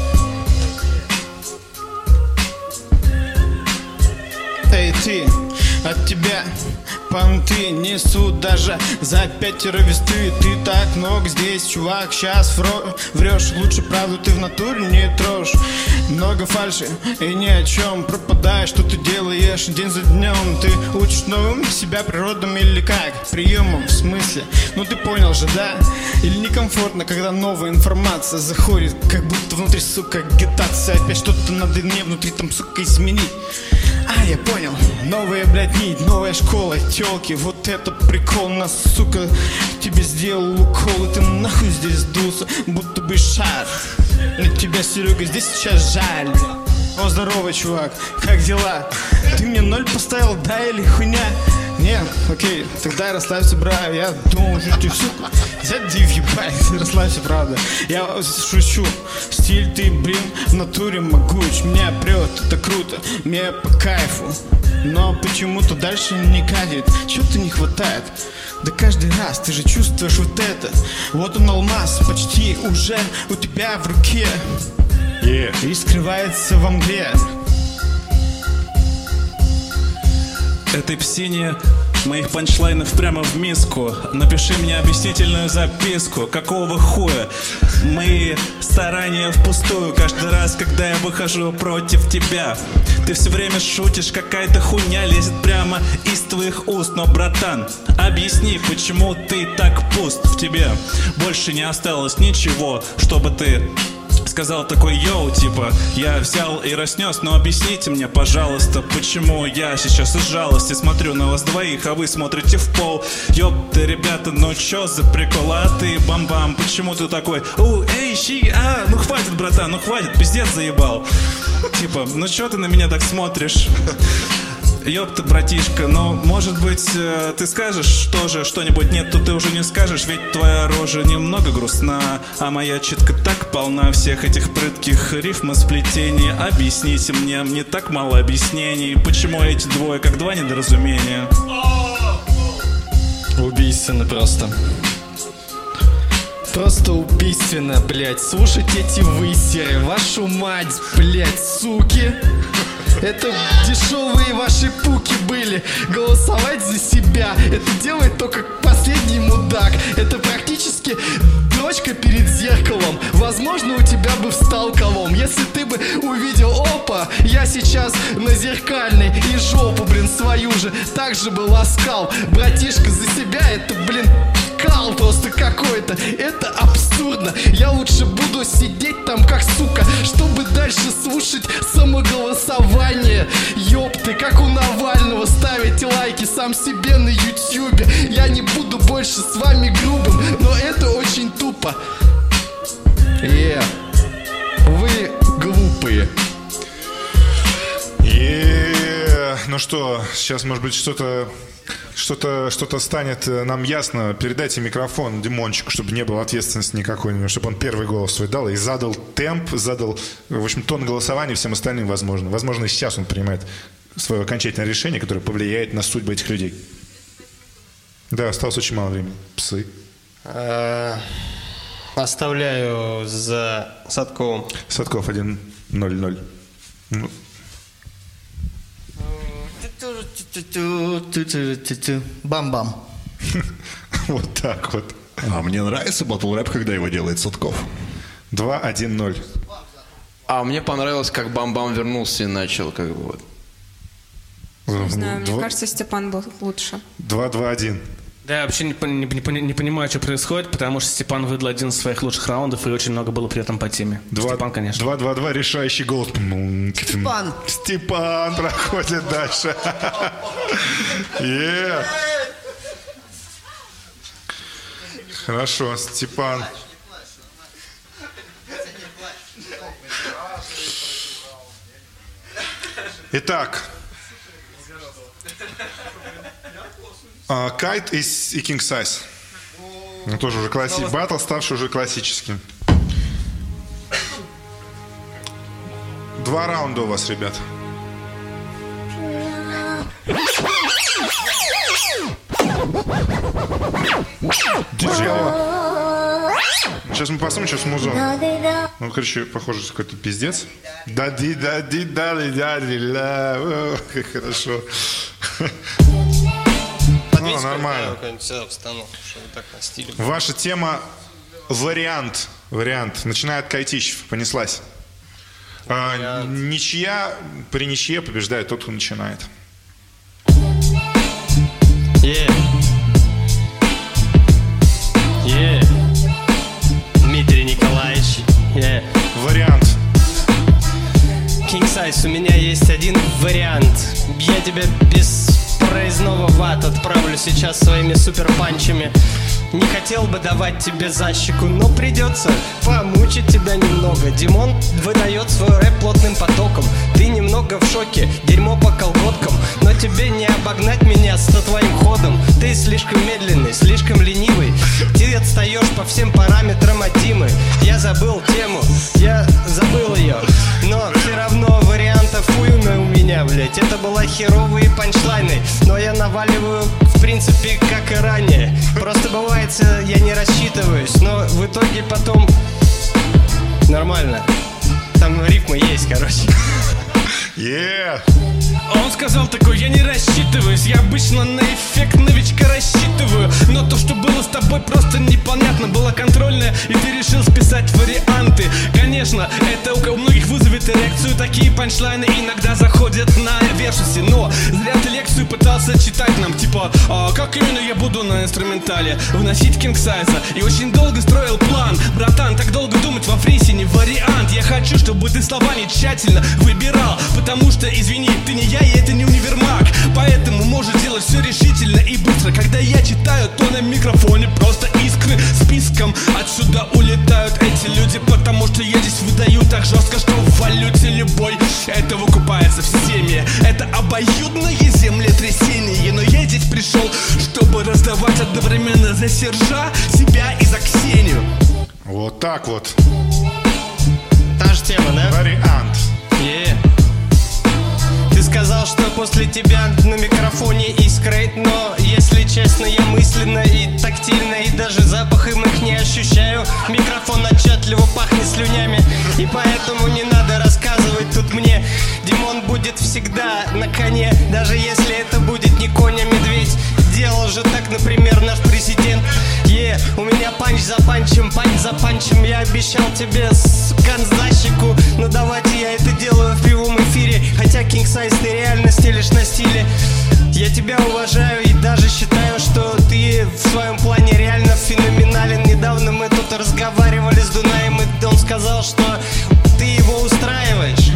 K: Эй, ты, от тебя понты несут даже за 5 весты. Ты так много здесь, чувак, сейчас врешь. Лучше правду ты в натуре не трожь. Много фальши и ни о чем. Пропадаешь, что ты делаешь день за днем. Ты учишь новым себя природам или как? Приемом, в смысле? Ну ты понял же, да? Или некомфортно, когда новая информация заходит, как будто внутри, сука, агитация. Опять что-то надо мне внутри там, сука, изменить. Ай, я понял. Новая, блядь, нить, новая школа, тёлки. Вот это прикол, нас, сука, тебе сделал укол. И ты нахуй здесь сдулся, будто бы шар. На тебя, Серега, здесь сейчас жаль. О, здорово, чувак, как дела? Ты мне 0 поставил, да или хуйня? Нет, окей, тогда расслабься, брат. Я думал, что ты, сука, взять и въебать. Расслабься, правда. Я шучу. Стиль ты, блин, в натуре могуч. Меня прет, это круто, мне по кайфу. Но почему-то дальше не катит. Чего-то не хватает. Да каждый раз ты же чувствуешь вот это. Вот он, алмаз, почти уже у тебя в руке. И скрывается во мгле.
H: Этой псине моих панчлайнов прямо в миску. Напиши мне объяснительную записку. Какого хуя? Мои старания впустую. Каждый раз, когда я выхожу против тебя, ты все время шутишь, какая-то хуйня лезет прямо из твоих уст. Но, братан, объясни, почему ты так пуст? В тебе больше не осталось ничего, чтобы ты сказал такой: йоу, типа, я взял и разнес. Но объясните мне, пожалуйста, почему я сейчас из жалости смотрю на вас двоих, а вы смотрите в пол. Ёпта, ребята, ну чё за прикол? А ты, бам-бам, почему ты такой: эй, щи, ну хватит, братан, ну хватит, пиздец заебал. Типа, ну чё ты на меня так смотришь? Ёпта, братишка, но, может быть, ты скажешь тоже что-нибудь? Нет, то ты уже не скажешь, ведь твоя рожа немного грустна, а моя читка так полна всех этих прытких рифм и сплетений. Объясните мне так мало объяснений, почему эти двое как два недоразумения.
J: Убийственно просто. Просто убийственно, блядь. Слушать эти высеры, вашу мать, блядь, суки. Это дешевые ваши пуки были. Голосовать за себя — это делает только последний мудак. Это практически дрочка перед зеркалом. Возможно, у тебя бы встал колом, если ты бы увидел: опа, я сейчас на зеркальной, и жопу, блин, свою же так же бы ласкал. Братишка, за себя это, блин, кал просто какой-то. Это абсурдно. Я лучше буду сидеть там как сука, чтобы дальше слушать самоголосование. Ёпты, как у Навального, ставить лайки сам себе на ютьюбе. Я не буду больше с вами грубым, но это очень тупо. Вы глупые.
A: Ну что, сейчас, может быть, что-то станет нам ясно. Передайте микрофон Димончику, чтобы не было ответственности никакой, чтобы он первый голос свой дал и задал темп, задал, в общем, тон голосования всем остальным, возможно. Возможно, и сейчас он принимает свое окончательное решение, которое повлияет на судьбу этих людей. Да, осталось очень мало времени. Псы.
E: Оставляю за Садковым.
A: Садков 1-0-0. Ну.
B: Бам-бам.
A: Вот так вот.
C: А мне нравится батл-рэп, когда его делает Садков.
A: 2-1-0.
N: А мне понравилось, как Бам-Бам вернулся и начал, как бы вот.
F: Не знаю, мне кажется, Степан был лучше.
A: 2-2-1.
M: Да, я вообще не понимаю, что происходит, потому что Степан выдал один из своих лучших раундов, и очень много было при этом по теме. Степан, конечно.
A: 2-2-2, решающий гол. Степан проходит дальше. Хорошо, Степан. Итак. Кайт и King Size. Ну, тоже уже батл, ставший уже классическим. 2 раунда у вас, ребят. Сейчас мы посмотрим, что с музон. Ну, короче, похоже, какой-то пиздец. Да-ди-да-ди-да-ди-да-ди-да. Как хорошо. Ну, нормально. Ваша тема вариант. Начинает Кайтищев. Понеслась. Ничья. При ничье побеждает тот, кто начинает.
E: Дмитрий Николаевич.
A: Вариант.
E: King Size, у меня есть один вариант. тебя без проездного в ад отправлю сейчас своими суперпанчами. Не хотел бы давать тебе защику, но придется помучить тебя немного. Димон выдает свой рэп плотным потоком. Ты немного в шоке, дерьмо по колготкам, но тебе не обогнать меня с твоим ходом. Ты слишком медленный, слишком ленивый. Ты отстаешь по всем параметрам от Димы. Я забыл тему, я забыл ее, но все равно вариантов уйма у меня, блять. Это была херовые панчлайны, но я наваливаю, в принципе, как и ранее. Просто бывает, я не рассчитываюсь, но в итоге потом нормально. Там рифмы есть, короче.
H: Он сказал такой: я не рассчитываюсь, я обычно на эффект новичка рассчитываю. Но то, что было с тобой, просто непонятно. Было контрольное, и ты решил списать варианты. Конечно, это у многих вызовет эрекцию. Такие панчлайны иногда заходят на версусе. Но зря ты лекцию пытался читать нам. Типа, как именно я буду на инструментале вносить кингсайза. И очень долго строил план. Братан, так долго думать во фрисе не вариант. Я хочу, чтобы ты слова не тщательно выбирал, потому что, извини, ты не я, и это не универмаг. Поэтому можешь делать все решительно и быстро. Когда я читаю, то на микрофоне просто искры списком. Отсюда улетают эти люди, потому что я здесь выдаю так жестко, что в валюте любой это выкупается всеми. Это обоюдное землетрясение. Но я здесь пришел, чтобы раздавать одновременно за Сержа, себя и за Ксению.
A: Вот так вот.
E: Та же тема, да?
A: Вариант.
E: Ты сказал, что после тебя на микрофоне искрит, но, если честно, я мысленно и тактильно, и даже запахом их не ощущаю. Микрофон отчетливо пахнет слюнями, и поэтому не надо рассказывать тут мне. Димон будет всегда на коне, даже если это будет не конь, а медведь. Делал же так, например, наш президент. У меня панч за панчем, панч за панчем. Я обещал тебе канзащику, но давайте я это делаю в прямом эфире. Хотя King Size ты реально стелишь на стиле. Я тебя уважаю и даже считаю, что ты в своем плане реально феноменален. Недавно мы тут разговаривали с Дунаем, и он сказал, что ты его устраиваешь.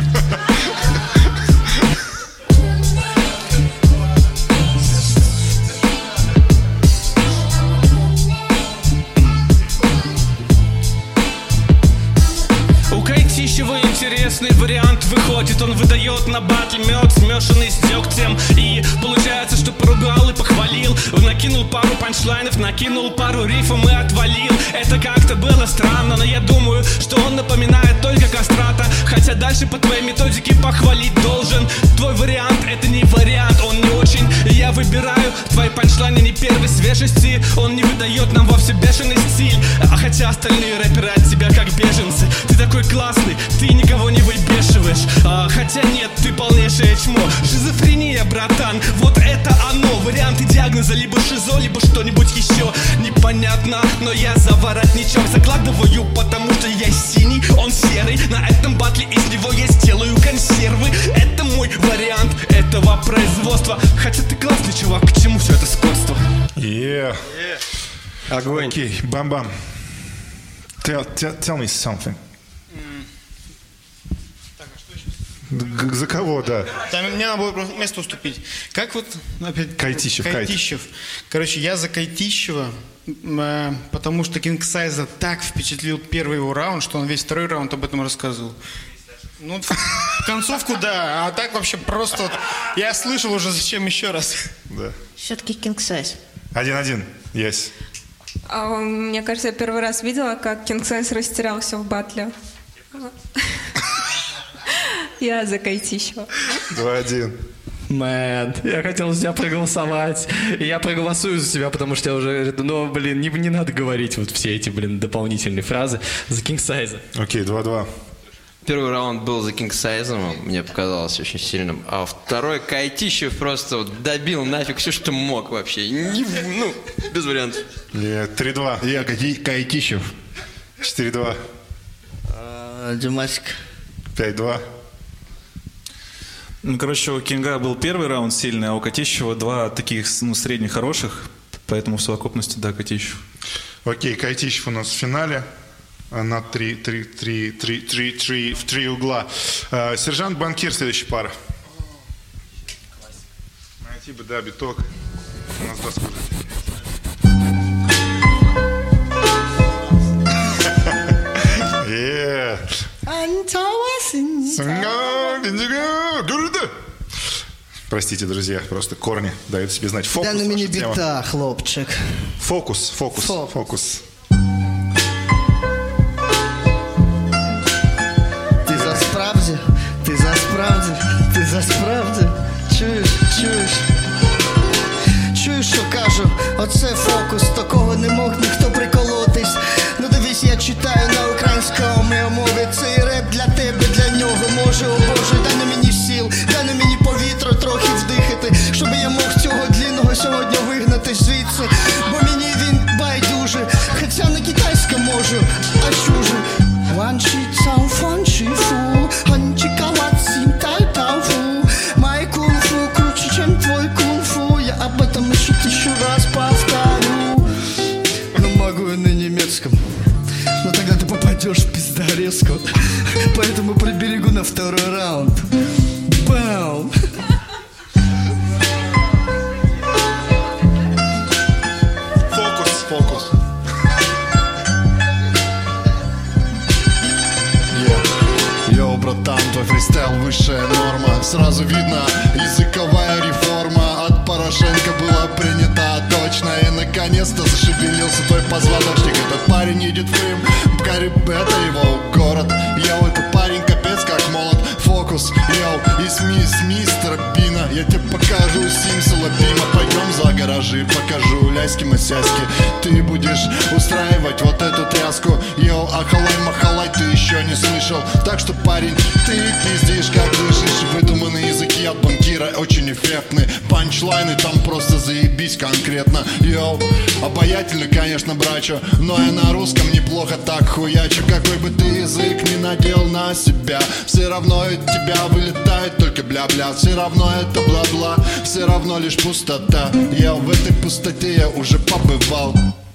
H: Интересный вариант выходит, он выдает на батле мед, смешанный с дегтем. И получается, что поругал и похвалил. Накинул пару панчлайнов, накинул пару рифов и отвалил. Это как-то было странно, но я думаю, что он напоминает только кастрата. Хотя дальше по твоей методике похвалить должен. Твой вариант — это не вариант, он не очень. Я выбираю твои панчлайны не первой свежести. Он не выдает нам вовсе бешеный стиль. А хотя остальные рэперы от тебя как беженцы. Ты такой классный, ты никого не выбешиваешь. Хотя нет, ты полнейшее чмо. Шизофрения, братан, вот это оно. Варианты диагноза либо шизо, либо что-нибудь еще. Непонятно, но я за воротничок закладываю, потому что я синий, он серый. На этом батле из него я сделаю консервы. Это мой вариант этого производства. Хотя ты классный чувак, к чему все это скотство?
E: Огонь.
A: Окей, бам-бам. Tell me something. За кого, да?
L: Там мне надо было просто место уступить. Как вот опять...
A: Кайтищев.
L: Короче, я за Кайтищева, потому что King Size так впечатлил первый его раунд, что он весь второй раунд об этом рассказывал. Ну, концовку, да, а так вообще просто... Вот, я слышал уже, зачем еще раз.
A: Да.
I: Все-таки King Size.
A: 1-1, yes.
F: Мне кажется, я первый раз видела, как King Size растерялся в батле. Я за Кайтищева.
A: 2-1.
J: Мэн, я хотел за тебя проголосовать. И я проголосую за тебя, потому что я уже... Ну, блин, не надо говорить вот все эти, дополнительные фразы. За King Size.
A: Окей, 2-2.
N: Первый раунд был за King Size, мне показалось очень сильным. А второй Кайтищев просто вот добил нафиг все, что мог вообще. Ну, без вариантов.
A: 3-2.
C: Я Кайтищев.
A: 4-2.
B: Димасик.
A: 5-2.
H: Ну, короче, у Кинга был первый раунд сильный, а у Кайтищева два таких, средних хороших. Поэтому в совокупности, да, Кайтищев.
A: Окей, Кайтищев у нас в финале. На 3 угла. Сержант Банкир, следующая пара. Спасибо, да, биток. У нас доска. Простите, друзья, просто корни дают себе знать. Фокус.
B: Да на мені біта, хлопчик.
A: Фокус.
B: Ти за справді. Чуєш, що кажу, оце фокус, такого не мог ніхто приколотись. Ну дивись, я читаю на українському мові, цей реп для тебе, для нього, може, о Боже, дай на мені сил, дай на мені повітря трохи вдихати, щоб я мог цього длінного сьогодні вигнати звідси, бо мені він байдуже, хоча на китайському можу, а чуже. Ванчі цау фанчі фу, ханчі калат сім тай тау фу, май кунг-фу круче, чем твой кунг-фу, я об этом еще 1000 раз повторю. Ну могу и на немецком, но тогда ты попадешь в пиздорезку, поэтому приберегу на второй раунд. Бам!
A: Фокус.
C: Йоу, братан, твой фристайл высшая норма. Сразу видно, языковая реформа от Порошенко была принята точно. И наконец-то зашевелился твой позвоночник. Этот парень едет в Крым, это его город. Йоу, этот парень капец как молод. Фокус, йоу, и мистер Бина. Я тебе покажу Симсела Бима. Пойдем за гаражи, покажу ляськи-масяськи. Ты будешь устраивать вот эту тряску. Йоу, ахалай-махалай, ты еще не слышал. Так что, парень, ты пиздишь, как дышишь. Выдуманные языки от банкира очень эффектны. Панчлайны там просто заебись конкретно. Йоу, обаятельно, конечно, брачо, но я на русском неплохо так хуячу. Какой бы ты язык ни надел на себя, все равно от тебя вылетает только бля-бля. Все равно это бла-бла, все равно лишь пустота. Я в этой пустоте я уже побывал.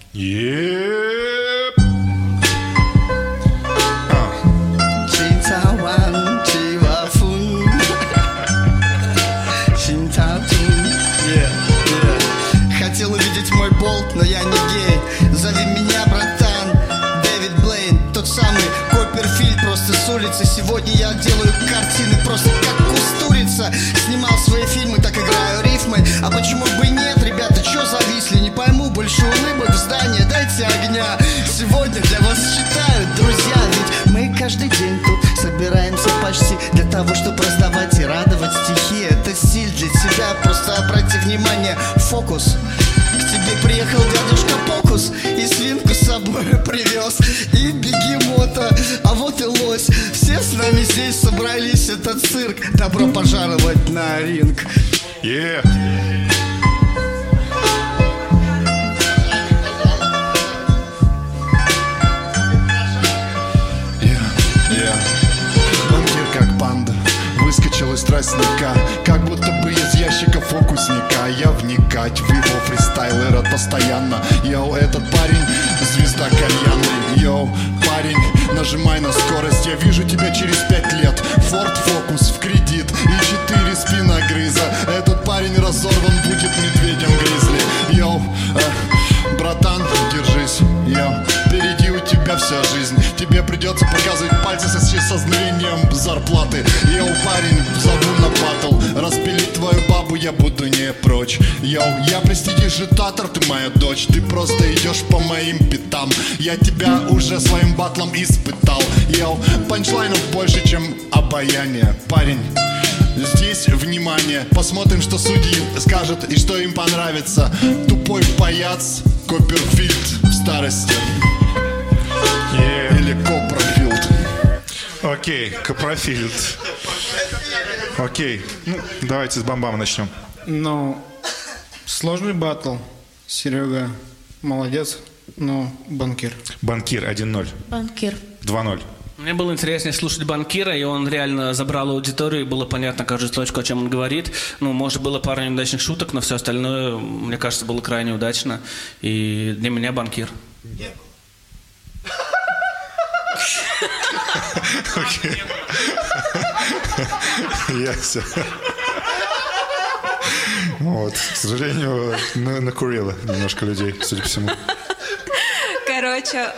B: Хотел увидеть мой болт, но я не гей. Зови меня, братан, Дэвид Блейн, тот самый Копперфильд, просто с улицы. Сегодня я делаю картины просто как кустурица. Снимал свои фильмы, так играю рифмы. А почему бы и нет, ребята, чё зависли? Не пойму, больше улыбок в здании, дайте огня. Сегодня для вас считают, друзья, ведь мы каждый день тут собираемся почти для того, чтобы раздавать и радовать стихи. Это стиль для тебя, просто обратите внимание, фокус. К тебе приехал дядюшка Покус и свинку с собой привез, и бегемота, а вот и лось. Все с нами здесь собрались, это цирк. Добро пожаловать на ринг.
C: Банкир как панда выскочил из тростника, как будто бы из ящика фокусника. Я вникать в его фристайлы рад постоянно. Йоу, этот парень звезда кальянной. Йоу, парень, нажимай на скорость. Я вижу тебя через 5 лет. Ford Focus в кредит и 4 спиногрыза. Этот парень разорван будет медведем гризли. Йоу, братан, держись. Йоу, впереди у тебя вся жизнь. Тебе придется показывать пальцы со знамением зарплаты. Йоу, парень, зову на батл. Распилить твою бабу я буду не прочь. Йоу, я престидижитатор, ты моя дочь. Ты просто идешь по моим пятам. Я тебя уже своим батлом испытал. Йоу, панчлайнов больше, чем обаяние. Парень, здесь внимание. Посмотрим, что судьи скажут и что им понравится. Тупой паяц Копперфильд в старости. Или Копрофилд.
A: Окей, Копрофилд. Окей, ну давайте с Бамбама начнем.
L: Ну, сложный батл. Серега молодец, но банкир.
A: Банкир 1-0.
I: Банкир.
A: 2-0.
M: Мне было интереснее слушать банкира, и он реально забрал аудиторию, и было понятно каждую строчку, о чем он говорит. Ну, может, было пару неудачных шуток, но все остальное, мне кажется, было крайне удачно. И для меня банкир.
A: Вот, к сожалению, накурила немножко людей, судя по всему.
F: Короче,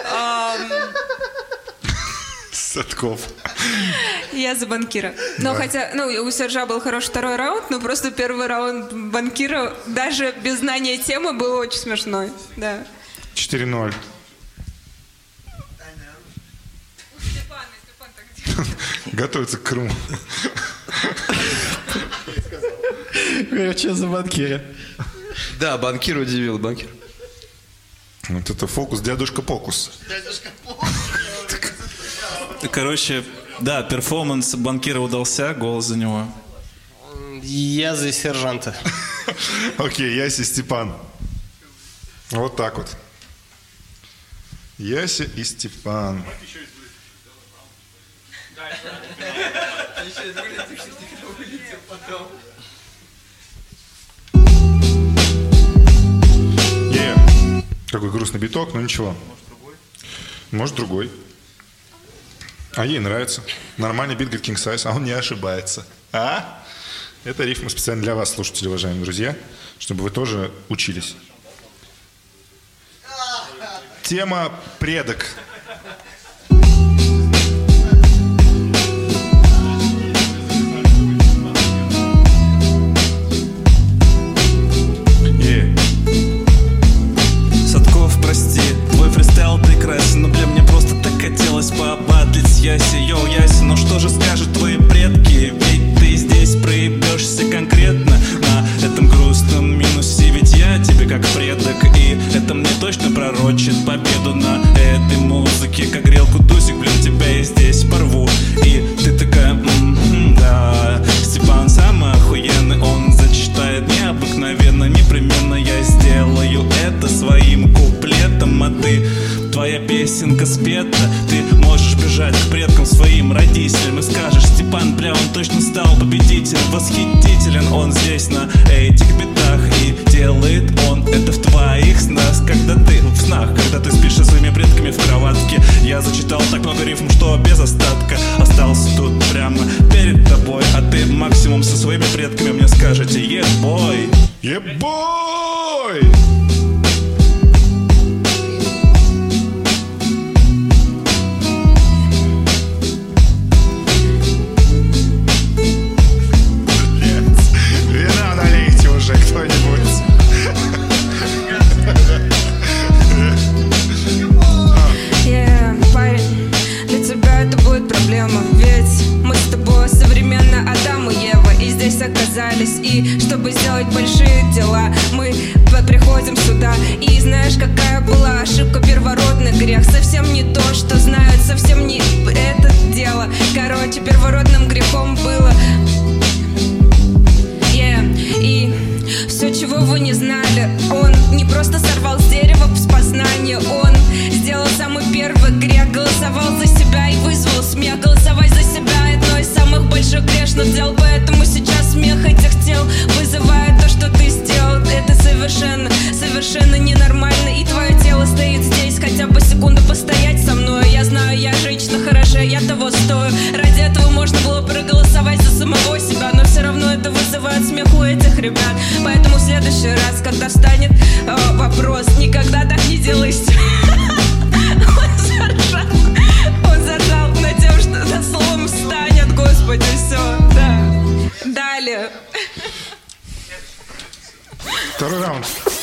A: Садков.
F: я за банкира. Но хотя, у Сержа был хороший второй раунд, но просто первый раунд банкира даже без знания темы был очень смешной. Да.
A: 4-0. Готовится к Крыму.
J: Короче, за банкира.
N: Да, банкир удивил, банкир.
A: Вот это фокус, дядюшка Покус.
H: Короче, да, перформанс банкира удался, голос за него.
E: Я за сержанта.
A: Окей, Яся и Степан. Вот так вот. Яся и Степан. Какой грустный биток, но ничего. Может другой. А ей нравится. Нормальный бит, говорит, King Size, а он не ошибается. А? Это рифма специально для вас, слушатели, уважаемые друзья, чтобы вы тоже учились. Тема «Предок».
H: Прости, твой фристайл прекрасен, но, бля, мне просто так хотелось побатлить с Яси. Йоу, Яси, ну что же скажут твои предки? Ведь ты здесь проебешься конкретно на этом грустном минусе. Ведь я тебе как предок, и это мне точно пророчит победу на этой музыке. Как грелку тусик, блин, тебя и здесь порву. И ты такая, да, Степан самый охуенный, он зачитает необыкновенно, непременно я сделаю это своим куплетом. А ты, твоя песенка спета, ты можешь бежать к предкам своим родителям и скажешь: Степан, бля, он точно стал победителем, восхитителен он здесь на этих битах. И делает он это в твоих снах, когда ты спишь со своими предками в кроватке. Я зачитал так много рифм, что без остатка остался тут прямо перед тобой. А ты максимум со своими предками мне скажете: ебой,
A: ебой. Вина налейте уже кто-нибудь.
F: Парень, для тебя это будет проблема. Ведь мы с тобой современно Адам и Ева, и здесь оказались. И чтобы сделать большие дела, мы приходим сюда. И знаешь, какая была ошибка, первородный грех? Совсем не то, что знают, совсем не это дело. Короче, первородным грехом было и все, чего вы не знали. Он не просто сорвал с дерева с познания, он сделал самый первый грех. Голосовал за себя и вызвал смех. Голосовать за себя — одно из самых больших грешных дел. Поэтому сейчас смех этих тел вызывает то, что ты сделал. Это совершенно ненормально. И твое тело стоит здесь, хотя бы секунду постоять со мной. Я знаю, я женщина хорошая, я того стою. Ради этого можно было проголосовать за самого себя, но все равно это вызывает смех у этих ребят. Поэтому в следующий раз, когда встанет вопрос, никогда так не делай. Он заржал над тем, что за словом встанет, Господи, все, да. Далее.
A: Второй раунд.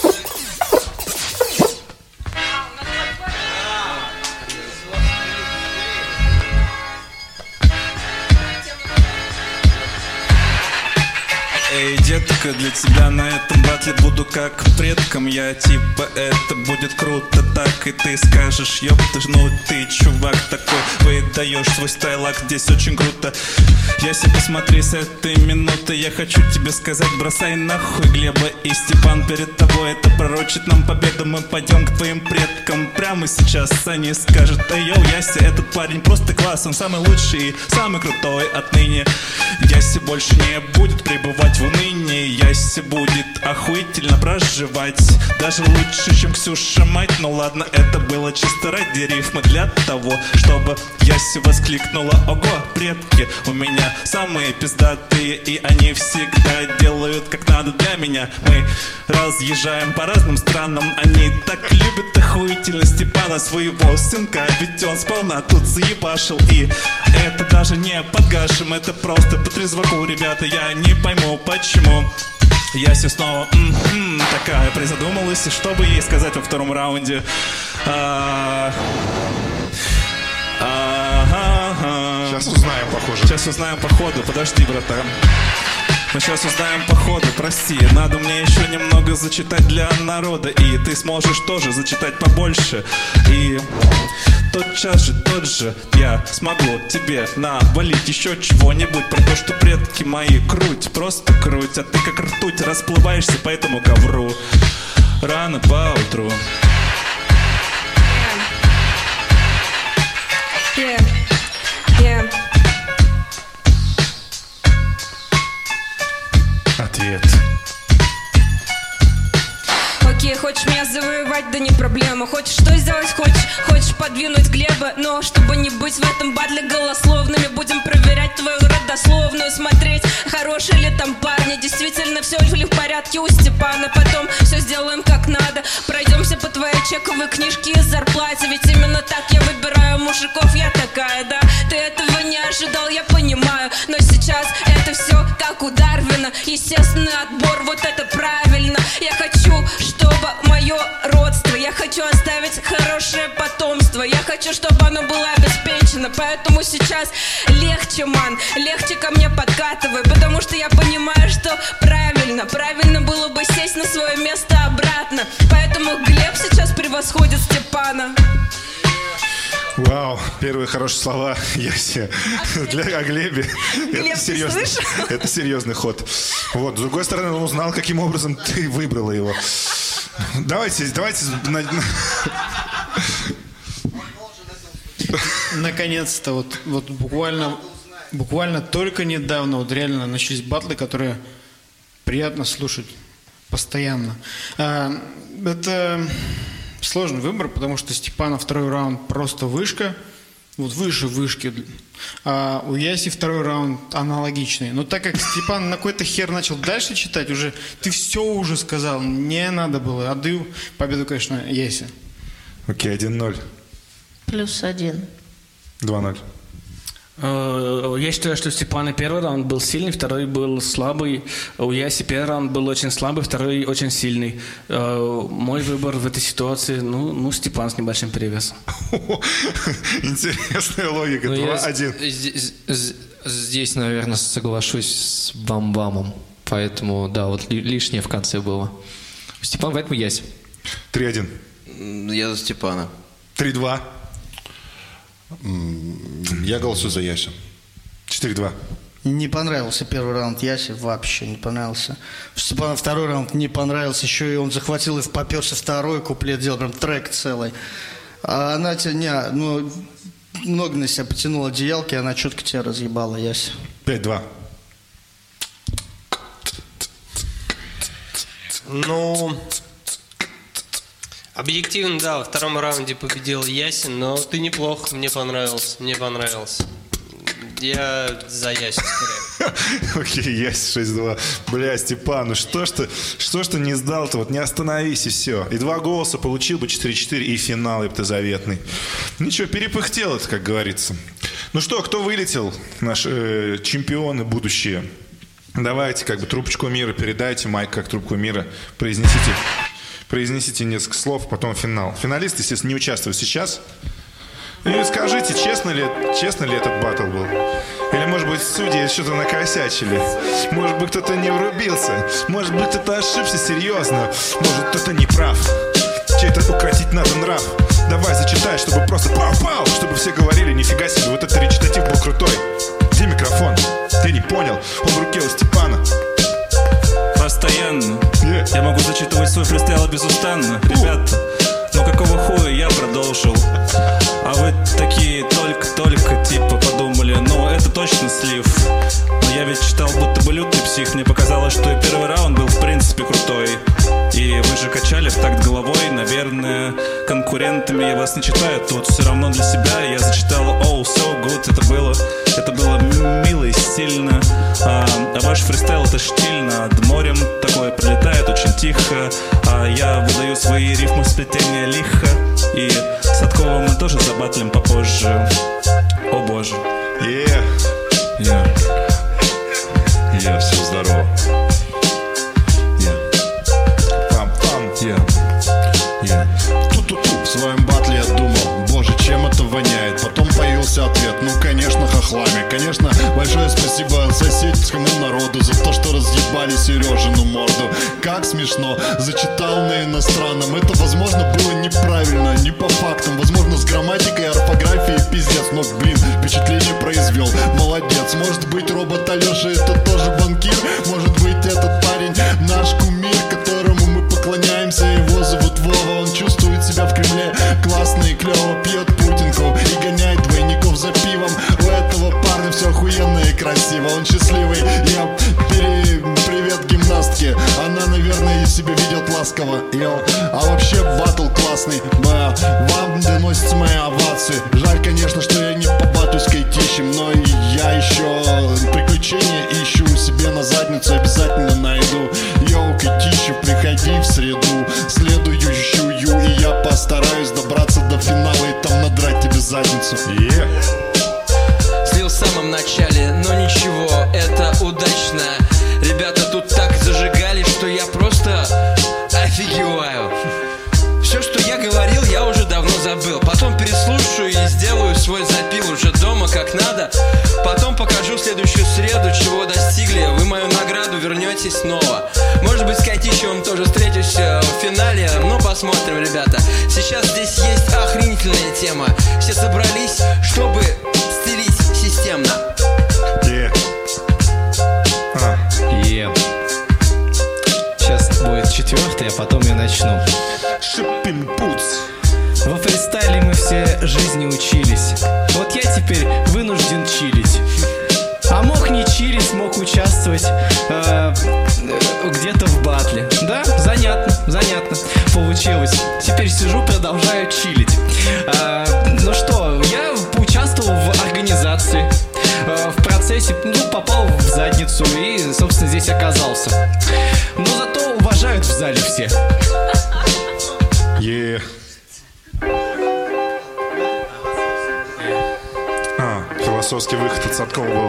H: Эй, детка, для тебя на этом батле буду как предком. Я типа, это будет круто так. И ты скажешь: ёпта, ну ты чувак такой, выдаешь свой стайлак, здесь очень круто. Яся, посмотри с этой минуты, я хочу тебе сказать: бросай нахуй Глеба и Степан перед тобой. Это пророчит нам победу, мы пойдем к твоим предкам. Прямо сейчас они скажут: эй, йоу, Яся, этот парень просто класс, он самый лучший и самый крутой отныне. Яся больше не будет пребывать в унынии, Яся будет охуительно проживать. Даже лучше, чем Ксюша мать. Ну ладно, это было чисто ради рифмы. Для того, чтобы Яся воскликнула: ого, предки у меня самые пиздатые, и они всегда делают как надо для меня. Мы разъезжаем по разным странам, они так любят охуительно Степана, своего сынка, ведь он сполна тут заебашил. И это даже не подгашим, это просто по трезваку, ребята, я не пойму, почему Яся снова такая призадумалась, и что бы ей сказать во втором раунде.
A: Сейчас узнаем, похоже.
H: Сейчас узнаем по ходу, подожди, братан. Мы сейчас узнаем по ходу, прости. Надо мне еще немного зачитать для народа, и ты сможешь тоже зачитать побольше. И тот же я смогу тебе навалить еще чего-нибудь про то, что предки мои круть, просто круть, а ты как ртуть расплываешься по этому ковру рано поутру.
A: Ответ.
F: Окей, хочешь меня завоевать, да не проблема. Хочешь что сделать, хочешь подвинуть Глеба. Но чтобы не быть в этом батле голословными, будем проверять твою родословную, смотреть, хорошие ли там парни, действительно все ли в порядке у Степана. Потом все сделаем как надо, пройдемся по твоей чековой книжке и зарплате. Ведь именно так я выбираю мужиков, я такая, да. Ты этого не ожидал, я понимаю, но сейчас это все как у Дарвина. Естественный отбор, вот это правильно. Я хочу, чтобы мое родство, я хочу оставить хорошее потомство, я хочу, чтобы оно было обеспечено. Поэтому сейчас легче, ман, легче ко мне подкатывай, потому что я понимаю, что правильно было бы сесть на свое место обратно. Поэтому Глеб сейчас превосходит Степана.
A: Вау, первые хорошие слова Яси о Глебе.
F: Глеб,
A: Это серьезный ход. Вот, с другой стороны, он узнал, каким образом ты выбрала его. Давайте.
L: Наконец-то, вот буквально только недавно вот реально начались батлы, которые приятно слушать постоянно. Это сложный выбор, потому что Степана второй раунд просто вышка, вот выше вышки, а у Яси второй раунд аналогичный. Но так как Степан на какой-то хер начал дальше читать, уже ты все уже сказал, не надо было. Отдаю победу, конечно, Яси.
A: Окей, 1-0.
I: +1.
A: 2-0.
M: Я считаю, что у Степана первый раунд был сильный, второй был слабый. У Яси первый раунд был очень слабый, второй очень сильный. Мой выбор в этой ситуации, Степан с небольшим перевесом.
A: Интересная логика. 2-1.
O: Здесь, наверное, соглашусь с Бам-Бамом. Поэтому, да, вот лишнее в конце было. Степан, поэтому Яси.
A: 3-1.
N: Я за Степана.
A: 3-2.
C: Я голосую за Ясю.
A: 4-2.
B: Не понравился первый раунд Яси, вообще не понравился. Степану второй раунд не понравился, еще и он захватил и поперся второй куплет, делал прям трек целый. А она тебя, много на себя потянула одеялки, она четко тебя разъебала, Яси.
A: 5-2.
E: Объективно, да, во втором раунде победил Ясин, но ты неплох, мне понравился. Я за Ясин скорее.
A: Окей, Яси 6-2. Бля, Степан, что ж ты не сдал-то? Вот не остановись и все. И 2 голоса получил бы 4-4 и финал, и бы ты заветный. Ничего, перепыхтел это, как говорится. Ну что, кто вылетел? Наши чемпионы будущие. Давайте трубочку мира передайте, майк как трубку мира. Произнесите несколько слов, потом финал. Финалисты, естественно, не участвуют сейчас. И скажите, честно ли этот баттл был? Или, может быть, судьи что-то накосячили? Может быть, кто-то не врубился? Может быть, кто-то ошибся серьезно? Может, кто-то не прав? Чей-то укротить надо нрав. Давай зачитай, чтобы просто пау-пау, чтобы все говорили, нифига себе, вот этот речитатив был крутой. Где микрофон? Ты не понял, он в руке у Степана.
H: Постоянно я могу зачитывать свой фристайл безустанно. Ребята, какого хуя я продолжил? А вы такие только подумали, это точно слив. Но я ведь читал, будто бы лютый псих. Мне показалось, что и первый раунд был в принципе крутой. конкурентами. Я вас не читаю, тут все равно для себя я зачитал oh, so good. Это было мило и стильно. А ваш фристайл это штиль над морем. Такое пролетает очень тихо. А я выдаю свои рифмы сплетения лихо. И Садкова мы тоже забатлим попозже. О боже.
C: Я всем здорово. Ту-ту-ту. В своем батле я думал, боже, чем это воняет. Потом появился ответ, ну конечно хохлами. Конечно, большое спасибо соседскому народу за то, что разъебали Сережину морду. Как смешно, зачитал на иностранном. Это, возможно, было неправильно, не по фактам. Возможно, с грамматикой, орфографией пиздец. Но, блин, впечатление произвел. Молодец, может быть, робот Алеша это тоже банкир. Может быть, этот парень наш кумир, которому мы поклоняемся. Его зовут Вова, он чувствует себя в Кремле классно и клево, пьет путинку и гоняет двойников за пивом. У этого парня все охуенно и красиво, он счастливый. Я привет гимнастке, она, наверное, и себя ведет ласково. А вообще батл классный, вам доносятся мои овации. Жаль, конечно, что я не побатусь с Кайтищем, но я еще приключения ищу себе на задницу, обязательно найду. Йоу, Кайтищу, приходи в среду следующую, и я постараюсь добраться до финала и там надрать тебе задницу.
N: Слил в самом начале, но ничего, это удачно. Ребята тут так зажигали, что я просто офигеваю. Все, что я говорил, я уже давно забыл. Потом переслушаю и сделаю свой запил уже дома как надо. Потом покажу в следующую среду, чего достигли. Вы мою награду вернете снова. Может быть, с Кайтищевым тоже встречусь в финале. Ну, посмотрим, ребята. Сейчас здесь есть охренительная тема. Все собрались, чтобы стелить системно.
J: Сейчас будет четвертый, а потом я начну. Во фристайле мы все жизни учились. Вот я теперь вынужден чилить. А мог не чилить, мог участвовать где-то в батле. Да, занятно получилось. Теперь сижу, продолжаю чилить. Ну что, я поучаствовал в организации. В процессе, попал в задницу и, собственно, здесь оказался. Но зато уважают в зале все.
A: Философский выход от Садкова был.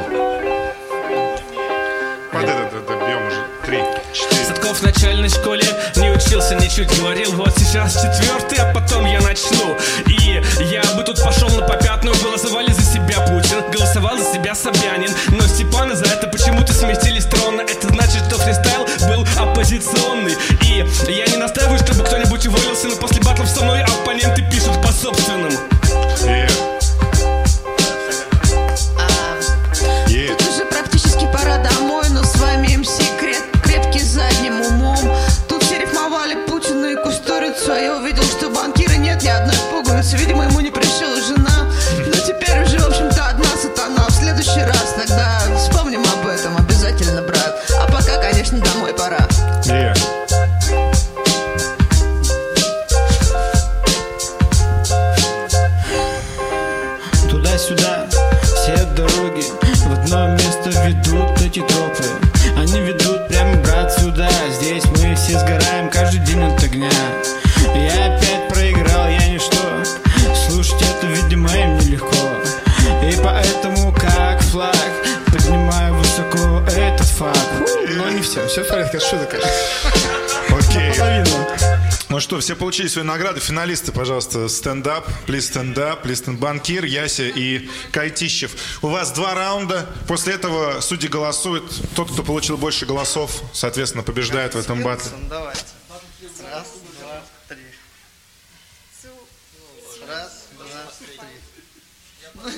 A: Вот это добьем уже. 3, 4.
M: Садков в начальной школе не учился ничуть. Говорил, вот сейчас четвертый, а потом я начну. И я бы тут пошел на попятную. Голосовали за себя Путин, голосовал за себя Собянин. Но Степана за это почему-то сместили струнно. Это значит, что фристайл был оппозиционный. И я не настаиваю, чтобы кто-нибудь уволился, но после батлов со мной оппоненты пишут по-собственному.
I: Тут уже практически пора домой, но с вами МС крепкий задним умом. Тут все рифмовали Путина и Кустурицу, а я увидел, что банкира нет ни одной пуговицы. Видимо, ему не пришила жена. Но теперь уже, в общем-то, одна сатана. В следующий раз тогда вспомним об этом обязательно, брат. А пока, конечно, домой пора.
K: Туда-сюда все дороги в одно место ведут эти тропы. Они ведут прямо, брат, сюда. Здесь мы все сгораем каждый день от огня. Я опять проиграл, я ничто. Слушать это, видимо, им нелегко. И поэтому, как флаг, поднимаю высоко этот факт. Но не все в порядке, шутка, конечно.
A: Окей. Ну что, все получили свои награды. Финалисты, пожалуйста, стендап, please stand up, please stand Банкир, Яся и Кайтищев. У вас 2 раунда. После этого судьи голосуют. Тот, кто получил больше голосов, соответственно, побеждает в этом батле.
G: Давайте. Раз, два, три. Раз, два,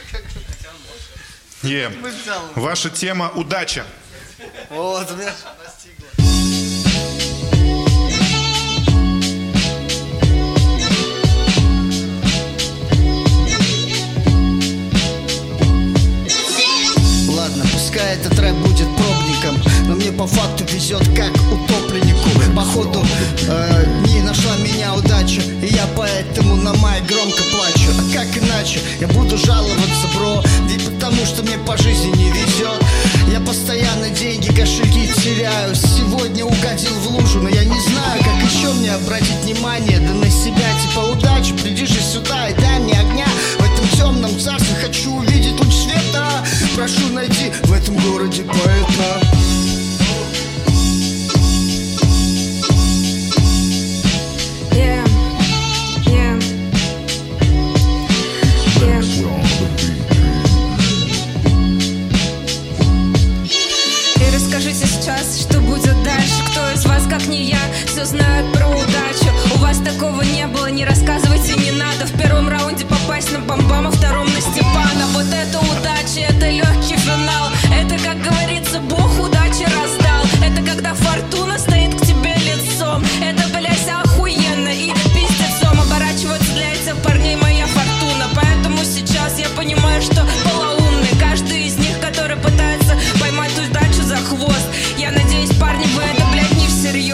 G: три.
A: Ваша тема – удача.
G: Вот, меня настигло.
B: Ладно, пускай этот рэп будет пробником, но мне по факту везет как утопленнику. Походу не нашла меня удача, и я по поэтому на май громко плачу. А как иначе? Я буду жаловаться, бро, ведь потому что мне по жизни не везет. Я постоянно деньги, кошельки теряю. Сегодня угодил в лужу, но я не знаю, как еще мне обратить внимание. Да на себя, типа удачи, приди же сюда и дай мне огня. В этом темном царстве хочу увидеть луч света. Прошу найти в этом городе поэта.
F: Сейчас, что будет дальше? Кто из вас, как не я, все знает про удачу? У вас такого не было, не рассказывайте, не надо. В первом раунде попасть на Бам-Бам, а втором на Степана. Вот это удача, это легкий финал. Это, как говорится, Бог удачи раздал. Это когда фортуна стоит к тебе лицом. Это, блядь, охуенно и пиздецом. Оборачиваться для этих парней моя фортуна. Поэтому сейчас я понимаю, что полоумный каждый из них, который пытается поймать удачу за хвост. Я надеюсь, парни, вы это, блядь, не всерьез.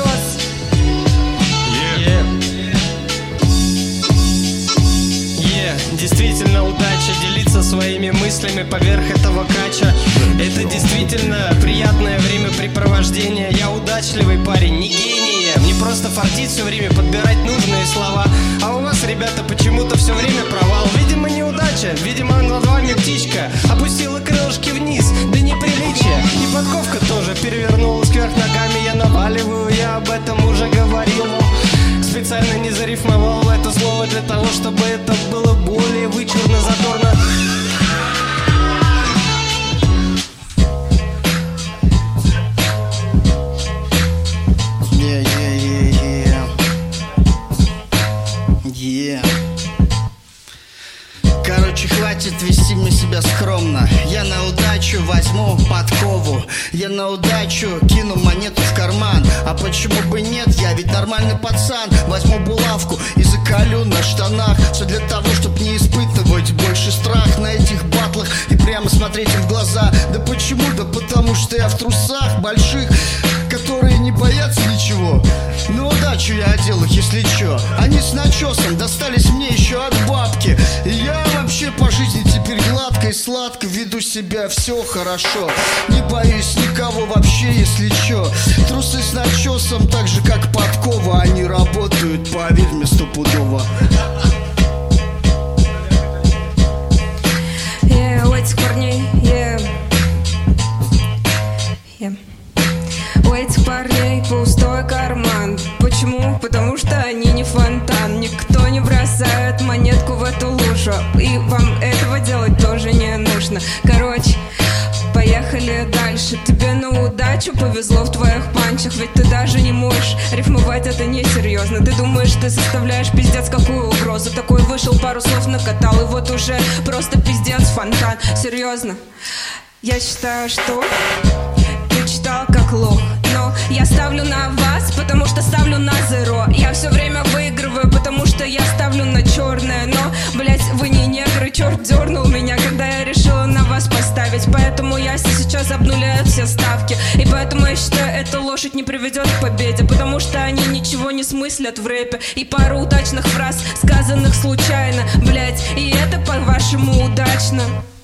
E: Действительно удача делиться своими мыслями поверх этого кача. Это действительно приятное времяпрепровождение. Я удачливый парень, не гений. Мне просто фартит все время подбирать нужные слова. А у вас, ребята, почему-то все время провал. Видимо, неудача, видимо, над вами птичка опустила крылышки вниз, да неприличие. И подковка тоже перевернулась кверх ногами. Я наваливаю, я об этом уже говорил. Специально не зарифмовал это слово для того, чтобы это было более вычурно, задорно.
B: Короче, хватит вести мне себя скромно. Я на удачу возьму подкову. Я на удачу кину монету в карман. А почему бы нет? Я ведь нормальный пацан. Возьму булавку и заколю на штанах. Все для того, чтобы не испытывать больше страх на этих батлах и прямо смотреть им в глаза. Да почему? Да потому что я в трусах больших, которые не боятся ничего. На удачу я одел их, если чё. Они с начесом достались мне еще от бабки. И я вообще по жизни теперь гладко и сладко веду себя, все хорошо. Не боюсь никого вообще, если чё. Трусы с начесом, так же как подкова, они работают, поверь мне, стопудово.
F: У этих парней, у этих парней пустой карман. Почему? Потому что они не фонтан. Никто не бросает монетку в эту лужу. И вам этого делать тоже не нужно. Короче, поехали дальше. Тебе на удачу повезло в твоих панчах. Ведь ты даже не можешь рифмовать, это несерьезно. Ты думаешь, ты составляешь пиздец какую угрозу. Такой вышел, пару слов накатал, и вот уже просто пиздец фонтан. Серьезно, я считаю, что ты читал как лох. Но я ставлю на вас, потому что ставлю на зеро. Я все время выигрываю, потому что я ставлю на черное. Но, блять, вы не негры, черт дернул меня, когда я решила на вас поставить. Поэтому я сейчас обнуляю все ставки. И поэтому я считаю, эта лошадь не приведет к победе. Потому что они ничего не смыслят в рэпе. И пару удачных фраз, сказанных случайно. Блять, и это по-вашему удачно.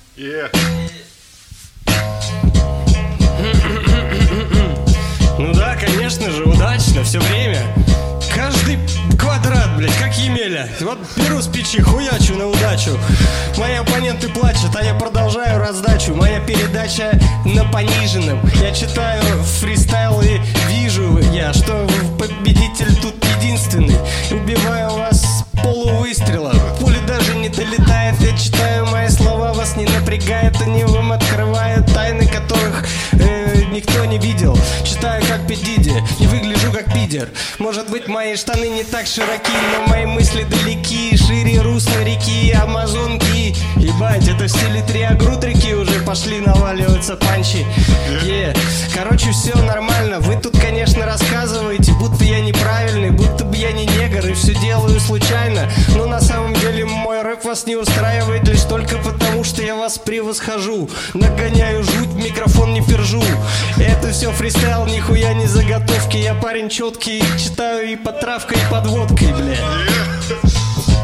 E: Ну да, конечно же, удачно, все время. Каждый квадрат, блядь, как Емеля. Вот беру с печи, хуячу на удачу. Мои оппоненты плачут, а я продолжаю раздачу. Моя передача на пониженном. Я читаю фристайл и вижу я, что победитель тут единственный. Убиваю вас с полувыстрела. Пуля даже не долетает. Я читаю мои слова, вас не напрягает. Они вам открывают тайны, которых никто не видел. Читаю как Педиди, не выгляжу как пидер. Может быть, мои штаны не так широки, но мои мысли далеки, шире русла реки Амазонки. Ебать, это в стиле триагрутрики уже пошли наваливаться панчи. Короче, все нормально. Вы тут, конечно, рассказываете, будто я неправильный, будто бы я не негр и все делаю случайно. Но на самом деле мой рэп вас не устраивает лишь только потому, что я вас превосхожу. Нагоняю жуть, в микрофон не пержу. Это все фристайл, нихуя не заготовки. Я парень четкий, читаю и под травкой, и под водкой, бля.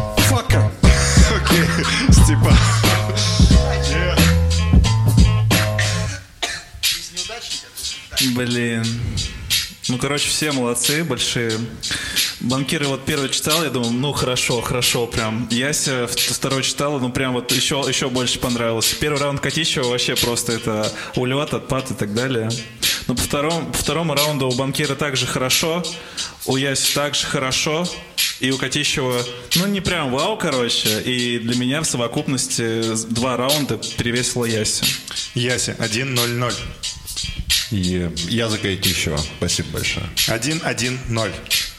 H: Блин. Ну, короче, все молодцы, большие. Банкиры вот первый читал, я думал, ну, хорошо, прям. Яся второй читал, ну, прям вот еще больше понравилось. Первый раунд Котищева вообще просто это улет, отпад и так далее. Но по второму раунду у Банкира также хорошо, у Яси также хорошо, и у Котищева, ну, не прям вау, короче. И для меня в совокупности 2 раунда перевесила Яся.
A: Яся, 1-0-0.
P: И я за Котищева. Спасибо большое.
A: 1-1-0.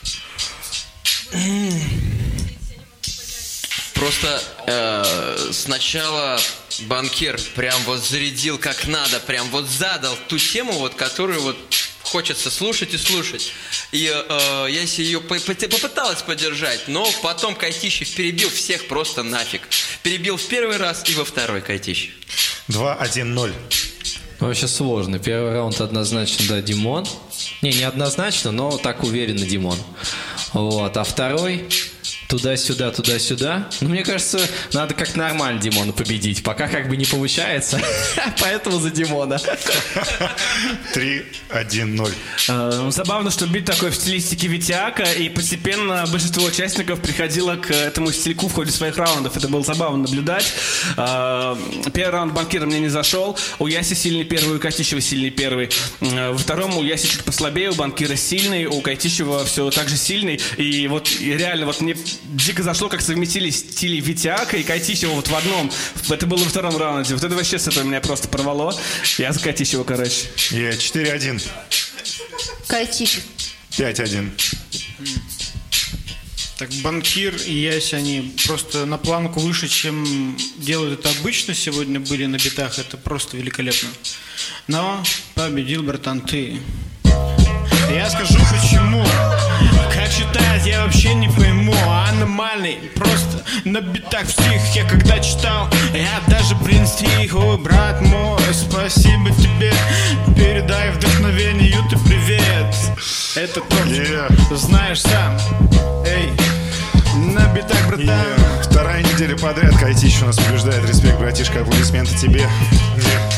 N: Просто сначала Банкир прям вот зарядил как надо, прям вот задал ту тему, вот, которую вот хочется слушать и слушать. И Яся ее попыталась поддержать, но потом Котищев перебил всех просто нафиг. Перебил в первый раз и во второй Котищев.
A: 2-1-0.
O: Вообще сложно. Первый раунд однозначно, да, Димон. Не однозначно, но так уверенно Димон. Вот. А второй туда-сюда, туда-сюда. Ну, мне кажется, надо как нормально Димона победить. Пока как бы не получается. Поэтому за Димона.
A: 3-1-0.
M: Забавно, что бит такой в стилистике Витяка, и постепенно большинство участников приходило к этому стильку в ходе своих раундов. Это было забавно наблюдать. Первый раунд Банкира мне не зашел. У Яси сильный первый, у Котищева сильный первый. Во втором у Яси чуть послабее, у Банкира сильный, у Котищева все так же сильный. И вот и реально вот мне дико зашло, как совместили стили Витяка и Котищева вот в одном. Это было во втором раунде. Вот это вообще с этого меня просто порвало. Я за Котищева, короче.
A: 4-1.
I: Котищев.
A: 5-1.
L: Так, Банкир и Яся, они просто на планку выше, чем делают это обычно сегодня были на битах. Это просто великолепно. Но победил, братан, ты. Я скажу почему. Как читать, я вообще не пойму. Аномальный, просто на битах в стих. Я когда читал, я даже, блин, стих. Ой, брат мой, спасибо тебе. Передай вдохновению ты привет. Это точно, знаешь сам. Эй, на битах, братан.
A: Вторая неделя подряд Котищев у нас побеждает. Респект, братишка, аплодисменты тебе.